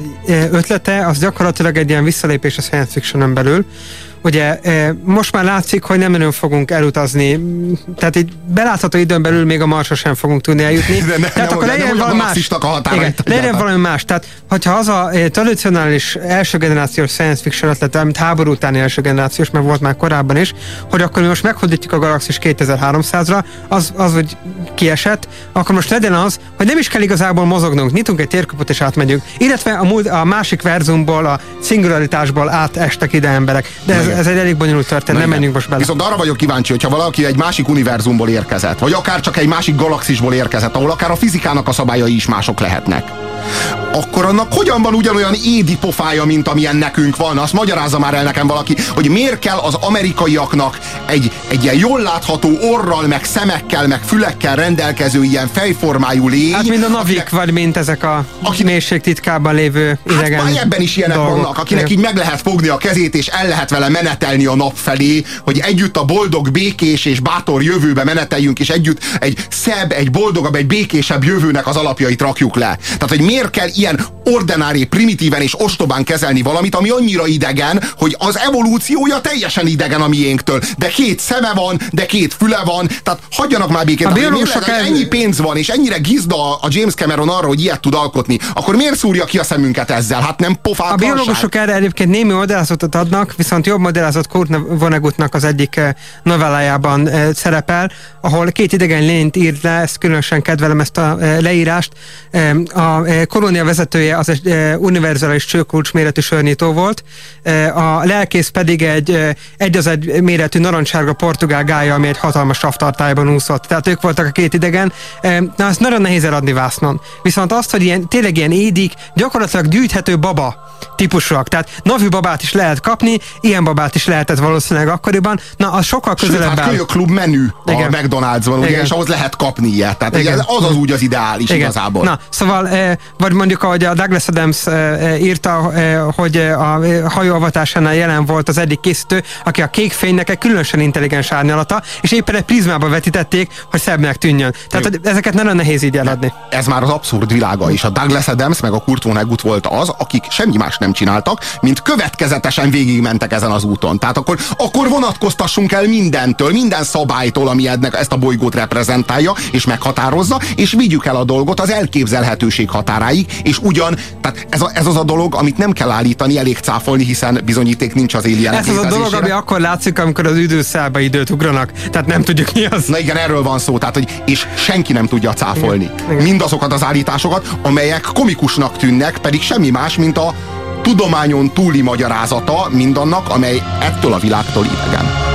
ötlete az gyakorlatilag egy ilyen visszalépés a science fictionon belül. Ugye most már látszik, hogy nem nagyon fogunk elutazni, tehát így belátható időn belül még a Marsra sem fogunk tudni eljutni. De ne, tehát nem, akkor legyen valami más. Igen, legyen valami más. Tehát, hogyha az a tradicionális első generációs science fiction ötlete, mint háború utáni első generációs, mert volt már korábban is, hogy akkor mi most meghódítjuk a galaxis kétezer-háromszázra, az, az hogy kiesett, akkor most legyen az, hogy nem is kell igazából mozognunk, nyitunk egy térkaput és átmegyünk. Illetve a, múlt, a másik verzumból, a szingularitásból átestek ide emberek. De ez, ez egy elég bonyolult történet, nem menjünk most bele. Viszont arra vagyok kíváncsi, hogyha valaki egy másik univerzumból érkezett, vagy akár csak egy másik galaxisból érkezett, ahol akár a fizikának a szabályai is mások lehetnek, akkor annak hogyan van ugyanolyan édi pofája, mint amilyen nekünk van? Azt magyarázza már el nekem valaki, hogy miért kell az amerikaiaknak egy, egy ilyen jól látható orral, meg szemekkel, meg fülekkel rendelkező ilyen fejformájú lény. Hát mint a navik, akinek, vagy mint ezek a aki, mélység titkában lévő idegen hát ebben is ilyenek dolgok vannak, akinek így meg lehet fogni a kezét, és el lehet vele menetelni a nap felé, hogy együtt a boldog, békés és bátor jövőbe meneteljünk, és együtt egy szebb, egy boldogabb, egy békésebb jövőnek az alapjait rakjuk le. Tehát, hogy miért kell ilyen ordinári, primitíven és ostobán kezelni valamit, ami annyira idegen, hogy az evolúciója teljesen idegen a miénktől. De két szeme van, de két füle van, tehát hagyjanak már békét. El... Ennyi pénz van, és ennyire gizda a James Cameron arra, hogy ilyet tud alkotni, akkor miért szúrja ki a szemünket ezzel? Hát nem pofátlanság. A biológusok erre egyébként némi magyarázatot adnak, viszont jobb magyarázat Kurt Vonnegutnak az egyik novellájában szerepel, ahol két idegen lényt írt le, ezt különösen kedvelem ezt a leírást. A kolónia vezetője az egy univerzális csőkulcs méretű sörnyitó volt, a lelkész pedig egy egy az egy méretű narancssárga portugál gálya, ami egy hatalmas savtartályban úszott. Tehát ők voltak a két idegen. Na, ezt nagyon nehéz eladni vásznon. Viszont azt, hogy ilyen, tényleg ilyen édik, gyakorlatilag gyűjthető baba típusúak. Tehát navű babát is lehet kapni, ilyen babát is lehetett valószínűleg akkoriban. Na, az sokkal közelebb áll. Sőt, hát klub menü a McDonald'sban, ugye, és ahhoz lehet kapni ilyet. Tehát igen, az az úgy az ideális igen. Igazából. Na, szóval, vagy mondjuk, ahogy a Douglas Adams írta, hogy a hajóavatásánál jelen volt az egyik készítő, aki a kék fénynek egy különösen intelligens árnyalata, és éppen egy prizmába vetítették, hogy szebbnek tűnjön. Tehát ezeket nagyon nehéz így eladni. Ez már az abszurd világa is. A Douglas Adams meg a Kurt Vonnegut volt az, akik semmi más nem csináltak, mint következetesen végigmentek ezen az úton. Tehát akkor, akkor vonatkoztassunk el mindentől, minden szabálytól, ami ennek, ezt a bolygót reprezentálja és meghatározza, és vigyük el a dolgot az elképzelhetőség határáig, és ugyan, tehát ez, a, ez az a dolog, amit nem kell állítani, elég cáfolni, hiszen bizonyíték nincs az alienek létezésére. Ez az a dolog, ami akkor látszik, amikor az időszálba időt ugranak, tehát nem tudjuk mi az. Na igen, erről van szó, tehát, hogy, és senki nem tudja cáfolni. Igen. Mindazokat az állításokat, amelyek komikusnak tűnnek, pedig semmi más, mint a tudományon túli magyarázata mindannak, amely ettől a világtól idegen.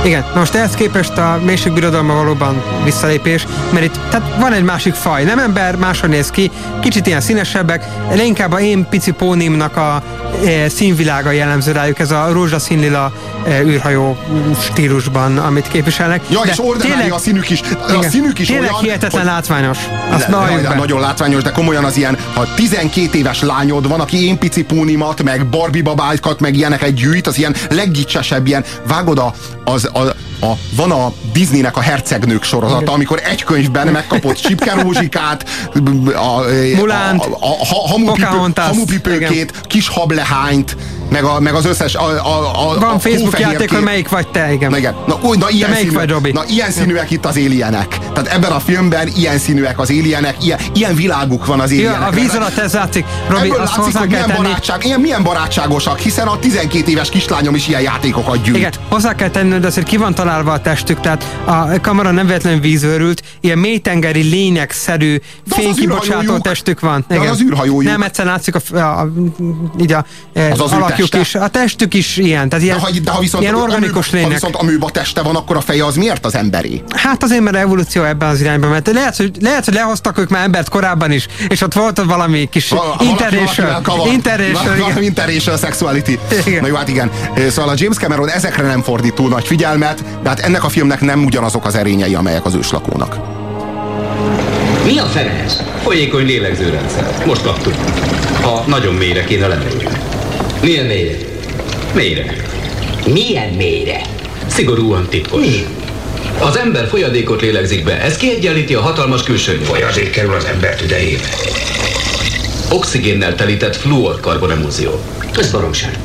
Igen, na most ehhez képest a mélységbirodalma valóban visszalépés, mert itt tehát van egy másik faj, nem ember, máshogy néz ki, kicsit ilyen színesebbek, leginkább a én pici pónimnak a e, színvilága jellemző rájuk, ez a rózsaszínlila e, űrhajó stílusban, amit képviselnek. Ja, de és ordinári a színük is, a színük is tényleg olyan, hihetetlen hogy... látványos. Azt de, de, de, nagyon látványos, de komolyan az ilyen, ha tizenkét éves lányod van, aki én pici pónimat, meg Barbie babákat, meg ilyeneket gyűjt, az ilyen leggicsesebb, ilyen, vágod a, az, a, a, van a Disneynek a hercegnők sorozata, amikor egy könyvben megkapott Csipke-Rózsikát, a, Mulánt, a, a, a hamupipő, hamupipőkét, kis hablehányt, meg, a, meg az összes a, a, a, van a Facebook játék, hogy melyik vagy te, igen. Na, igen. Na, ó, na, ilyen, melyik színű, vagy, Robi? Na ilyen színűek itt az alienek. Tehát ebben a filmben ilyen színűek az alienek, ilyen, ilyen világuk van az alienek. Ja, a víz alatt ez látszik. Robi, ebből azt látszik, hogy milyen, barátság, ilyen, milyen barátságosak, hiszen a tizenkét éves kislányom is ilyen játékokat gyűjt. Igen, hozzá kell tenni, de azért ki van találva a testük, tehát a kamera nem véletlenül vízőrült, ilyen mélytengeri lényegszerű fénykibocsátó testük van. Igen. Az űrhajójuk. Nem egyszer látszik a, a, a, így a az az alakjuk is. A testük is ilyen, tehát ilyen, de ha, de ha viszont, ilyen organikus lények. Ha viszont amőba teste van, akkor a feje az miért az emberé? Hát azért, mert evolúció ebben az irányban, mert lehet, hogy, lehet, hogy lehoztak ők már embert korábban is, és ott volt valami kis Val- interracial, interracial, valami interracial sexuality. Igen. Na jó, hát igen. Szóval a James Cameron ezekre nem fordít túl nagy figyelmet, de hát ennek a filmnek nem ugyanazok az erényei, amelyek az őslakónak. Mi a fene ez? Folyékony lélegzőrendszer. Most kaptuk. Ha nagyon mélyre kéne lemerülni. Milyen mélyre? Mélyre. Milyen mélyre? Szigorúan titkos. Mi? Az ember folyadékot lélegzik be. Ez kiegyenlíti a hatalmas külső nyomást. Folyadék kerül az ember tüdejébe. Oxigénnel telített fluorkarbon-emulzió. Ez baromság.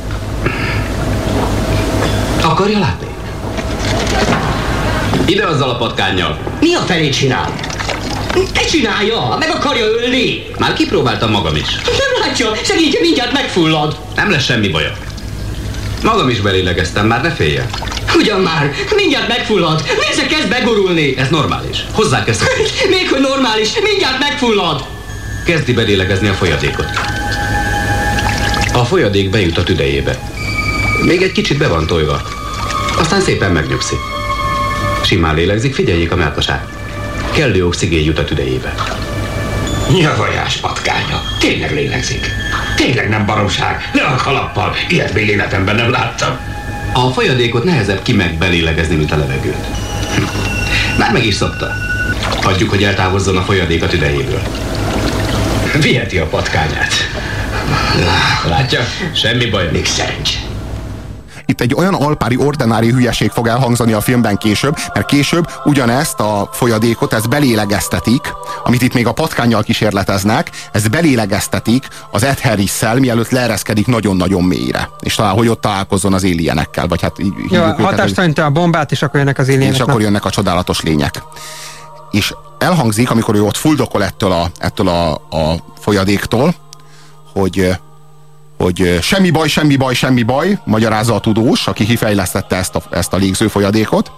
Akarja látni? Ide azzal a patkánnyal. Mi a felét csinál? Te csinálja! Meg akarja ölni! Már kipróbáltam magam is. Nem látja! Segítje, mindjárt megfullad! Nem lesz semmi baja. Magam is belélegeztem, már ne féljen. Ugyan már! Mindjárt megfullad! Miért se kezd begurulni? Ez normális. Hozzá kell szokni. Még hogy normális! Mindjárt megfullad! Kezdi belélegezni a folyadékot. A folyadék bejut a tüdejébe. Még egy kicsit be van tojva. Aztán szépen megnyugszik. Simán lélegzik, figyeljék a mellkasát. Kellő oxigén jut a tüdejébe. Nyavajás patkánya. Tényleg lélegzik. Tényleg nem baromság. Le a kalappal. Ilyet még életemben nem láttam. A folyadékot nehezebb ki meg belélegezni, mint a levegőt. Már meg is szokta. Hagyjuk, hogy eltávozzon a folyadék a tüdejéből. Viheti a patkányát. Látja? Semmi baj. Még szerencs. Itt egy olyan alpári ordinári hülyeség fog elhangzani a filmben később, mert később ugyanezt a folyadékot, ezt belélegeztetik, amit itt még a patkánnyal kísérleteznek, ezt belélegeztetik az Ed Harris-szel, mielőtt leereszkedik nagyon-nagyon mélyre. És talán, hogy ott találkozzon az alienekkel, vagy hát így jó, hatástalanítja a bombát, és akkor jönnek az alienek. És akkor jönnek a csodálatos lények. És elhangzik, amikor ő ott fuldokol ettől a, ettől a, a folyadéktól, hogy hogy semmi baj, semmi baj, semmi baj, magyarázza a tudós, aki kifejlesztette ezt a, ezt a légzőfolyadékot.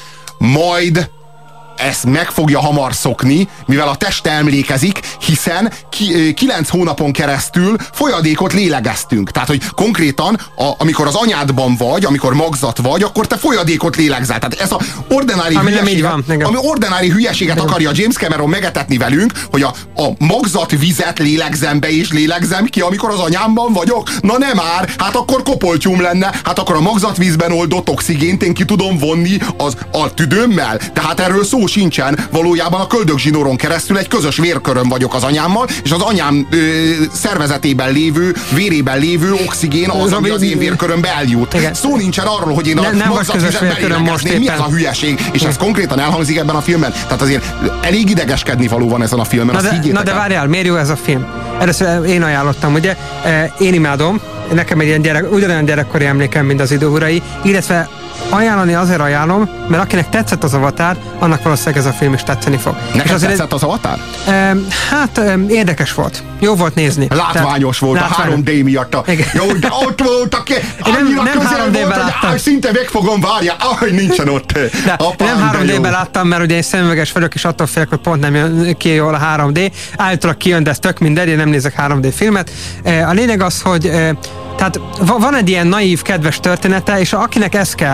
Majd ezt meg fogja hamar szokni, mivel a teste emlékezik, hiszen ki, kilenc hónapon keresztül folyadékot lélegeztünk. Tehát, hogy konkrétan, a, amikor az anyádban vagy, amikor magzat vagy, akkor te folyadékot lélegzel. Tehát ez a ordinári hülyeséget, ami ordinári hülyeséget igen. akarja James Cameron megetetni velünk, hogy a, a magzat vizet lélegzem be és lélegzem ki, amikor az anyámban vagyok. Na nem már, hát akkor kopoltyúm lenne, hát akkor a magzatvízben oldott oxigént én ki tudom vonni az, a tüdőmmel. Tehát erről szó sincsen, valójában a köldögzsinóron keresztül egy közös vérköröm vagyok az anyámmal, és az anyám ö, szervezetében lévő, vérében lévő oxigén az, ami az én vérkörömbe eljut. Igen. Szó nincsen arról, hogy én a ne, magzatvizet belélegezném. Mi ez a hülyeség? És ez konkrétan elhangzik ebben a filmben. Tehát azért elég idegeskedni való van ezen a filmen. Na de, na de várjál, miért jó ez a film? Először én ajánlottam, ugye? Én imádom, nekem egy ilyen gyerek, ugyanolyan gyerekkori emlékem, mint az Időurai, illetve ajánlani azért ajánlom, mert akinek tetszett az Avatar, annak valószínűleg ez a film is tetszeni fog. Neked tetszett az Avatar? E, hát e, érdekes volt. Jó volt nézni. Látványos volt látványos. A három dé miatt. A, jó, de ott volt, a ke, annyira nem, nem három dé-ben láttam. Hogy szinte megfogom, várja, ahogy nincsen ott. De, nem három dé-ben láttam, mert ugye én szemüveges vagyok, és attól félek, hogy pont nem jön ki jól a három dé. Állítólag kijön, de ez tök mindegy, én nem nézek három dé filmet. A lényeg az, hogy tehát van egy ilyen naív, kedves története, és akinek ez kell,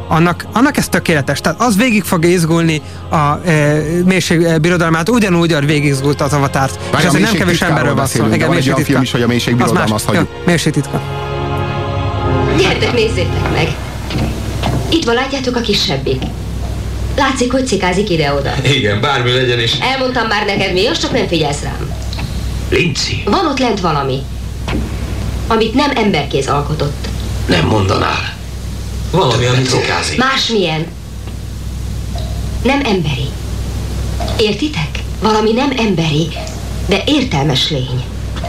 annak, annak ez tökéletes. Tehát az végig fog izgulni a e, mélység birodalmát, ugyanúgy, ahogy végig izgult az Avatárt. És ez nem kevés emberről van szó. Igen, van egy olyan film is, hogy a mélység birodalma, azt hagyjuk. Mélység titka. Gyertek, nézzétek meg! Itt van, látjátok, a kisebbik. Látszik, hogy cikázik ide-oda. Igen, bármi legyen is. Elmondtam már neked mi, azt csak nem figyelsz rám. Lindsay. Van ott lent valami, amit nem emberkéz alkotott. Nem mondanál. Valami, amit cikázik. Másmilyen. Nem emberi. Értitek? Valami nem emberi, de értelmes lény.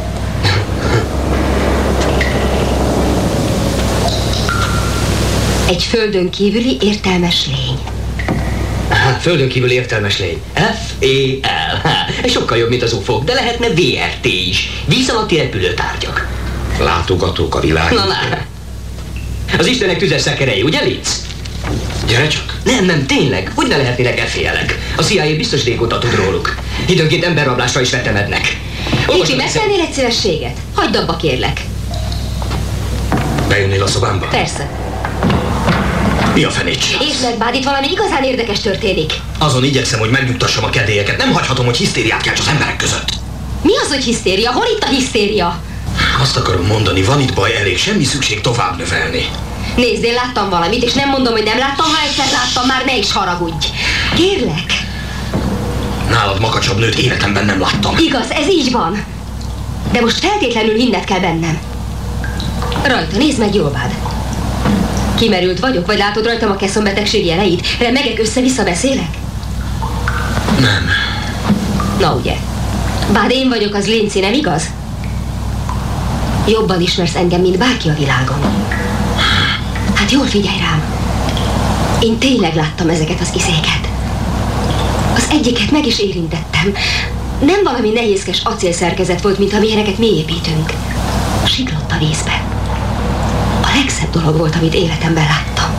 Egy földön kívüli értelmes lény. Földön kívüli értelmes lény. F E L. Ez sokkal jobb, mint az ufók, de lehetne V R T is. Víz alatti repülőtárgyak. Látogatók a világ. Na, na. Az Istenek tüzes szekerei, ugye, Litz? Gyere csak. Nem, nem, tényleg. Hogy ne lehetnének F E L-ek? A C I A biztos régóta tud róluk. Időnként emberrablásra is vetemednek. Kicsi, megtennél egy szívességet? Hagyd abba, kérlek. Bejönnél a szobámba? Persze. Mi a fenét csinálsz? És meg, bád, itt valami igazán érdekes történik. Azon igyekszem, hogy megnyugtassam a kedélyeket. Nem hagyhatom, hogy hisztériát kelts az emberek között. Mi az, hogy hisztéria? Hol itt a hisztéria? Azt akarom mondani, van itt baj, elég, semmi szükség tovább növelni. Nézd, én láttam valamit, és nem mondom, hogy nem láttam, ha egyszer láttam, már ne is haragudj. Kérlek. Nálad makacsabb nőt életemben nem láttam. Igaz, ez így van. De most feltétlenül hinned kell bennem. Rajta, nézd meg, jól bád. Kimerült vagyok, vagy látod rajtam a keszonbetegség jeleit? Remegek, össze-vissza beszélek? Nem. Na ugye. Bár én vagyok az Lindsay, nem igaz? Jobban ismersz engem, mint bárki a világon. Hát jól figyelj rám. Én tényleg láttam ezeket az izéket. Az egyiket meg is érintettem. Nem valami nehézkes acélszerkezet volt, mint amilyeneket mi építünk. Siklott a vízbe. A legszebb dolog volt, amit életemben láttam.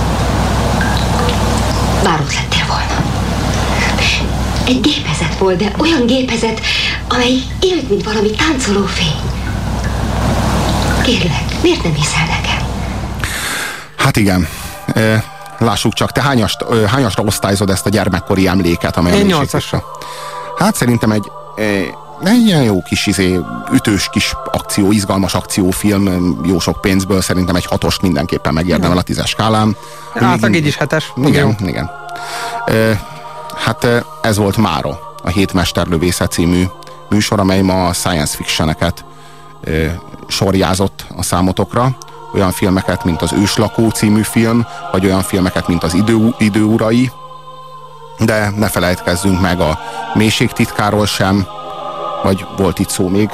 Bár ott lettél volna. Egy gépezet volt, de olyan gépezet, amely élt, mint valami táncoló fény. Kérlek, miért nem hiszel nekem? Hát igen. E, lássuk csak, te hányast, hányasra osztályzod ezt a gyermekkori emléket? Amely Én nyolcasra. Hát szerintem egy, egy ilyen jó kis izé, ütős kis akció, izgalmas akciófilm, jó sok pénzből, szerintem egy hatos mindenképpen megérdemel a tízes skálán. Átlag így is hetes. Igen, jó. igen. E, hát ez volt mára a Hét mesterlövésze című műsor, amely ma a science fictioneket e, sorjázott a számotokra. Olyan filmeket, mint az Őslakó című film, vagy olyan filmeket, mint az Idő, Időurai, de ne felejtkezzünk meg a Mélységtitkáról sem, vagy volt itt szó még?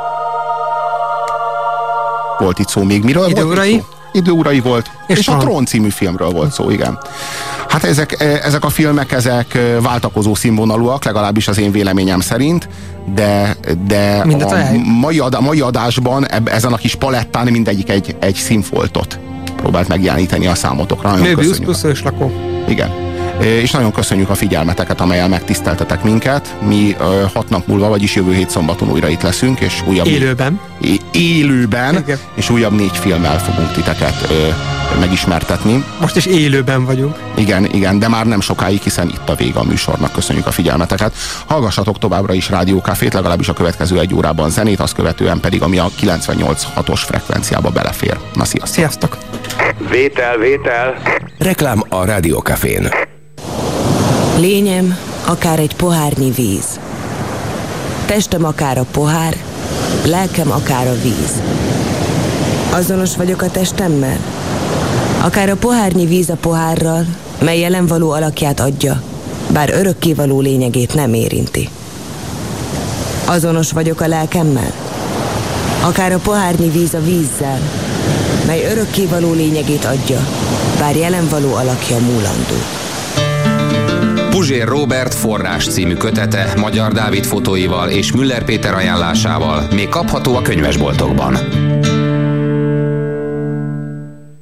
Volt itt szó még miről? Időurai? Volt Időurai volt, és, és a Tron. Tron című filmről volt szó, igen. Hát ezek, ezek a filmek, ezek váltakozó színvonalúak, legalábbis az én véleményem szerint, de, de a mai, ad, mai adásban eb, ezen a kis palettán mindegyik egy, egy színfoltot próbált megjeleníteni a számotokra. Möbius plusz Őslakó. Igen. És nagyon köszönjük a figyelmeteket, amellyel megtiszteltetek minket. Mi uh, hat nap múlva, vagyis jövő hét szombaton újra itt leszünk, és újabb... Élőben. Négy, élőben, igen. És újabb négy filmmel fogunk titeket uh, megismertetni. Most is élőben vagyunk. Igen, igen, de már nem sokáig, hiszen itt a vége a műsornak. Köszönjük a figyelmeteket. Hallgassatok továbbra is Rádiókafét, legalábbis a következő egy órában zenét, azt követően pedig, ami a kilencvennyolc hatos frekvenciába belefér. Na, sziasztok! Sziasztok! Vétel, vétel! Reklám a Rádiókafén. Lényem akár egy pohárnyi víz. Testem akár a pohár, lelkem akár a víz. Azonos vagyok a testemmel? Akár a pohárnyi víz a pohárral, mely jelenvaló alakját adja, bár örökkévaló lényegét nem érinti. Azonos vagyok a lelkemmel? Akár a pohárnyi víz a vízzel, mely örökkévaló lényegét adja, bár jelenvaló alakja múlandó. Puzsér Róbert forrás című kötete Magyar Dávid fotóival és Müller Péter ajánlásával még kapható a könyvesboltokban.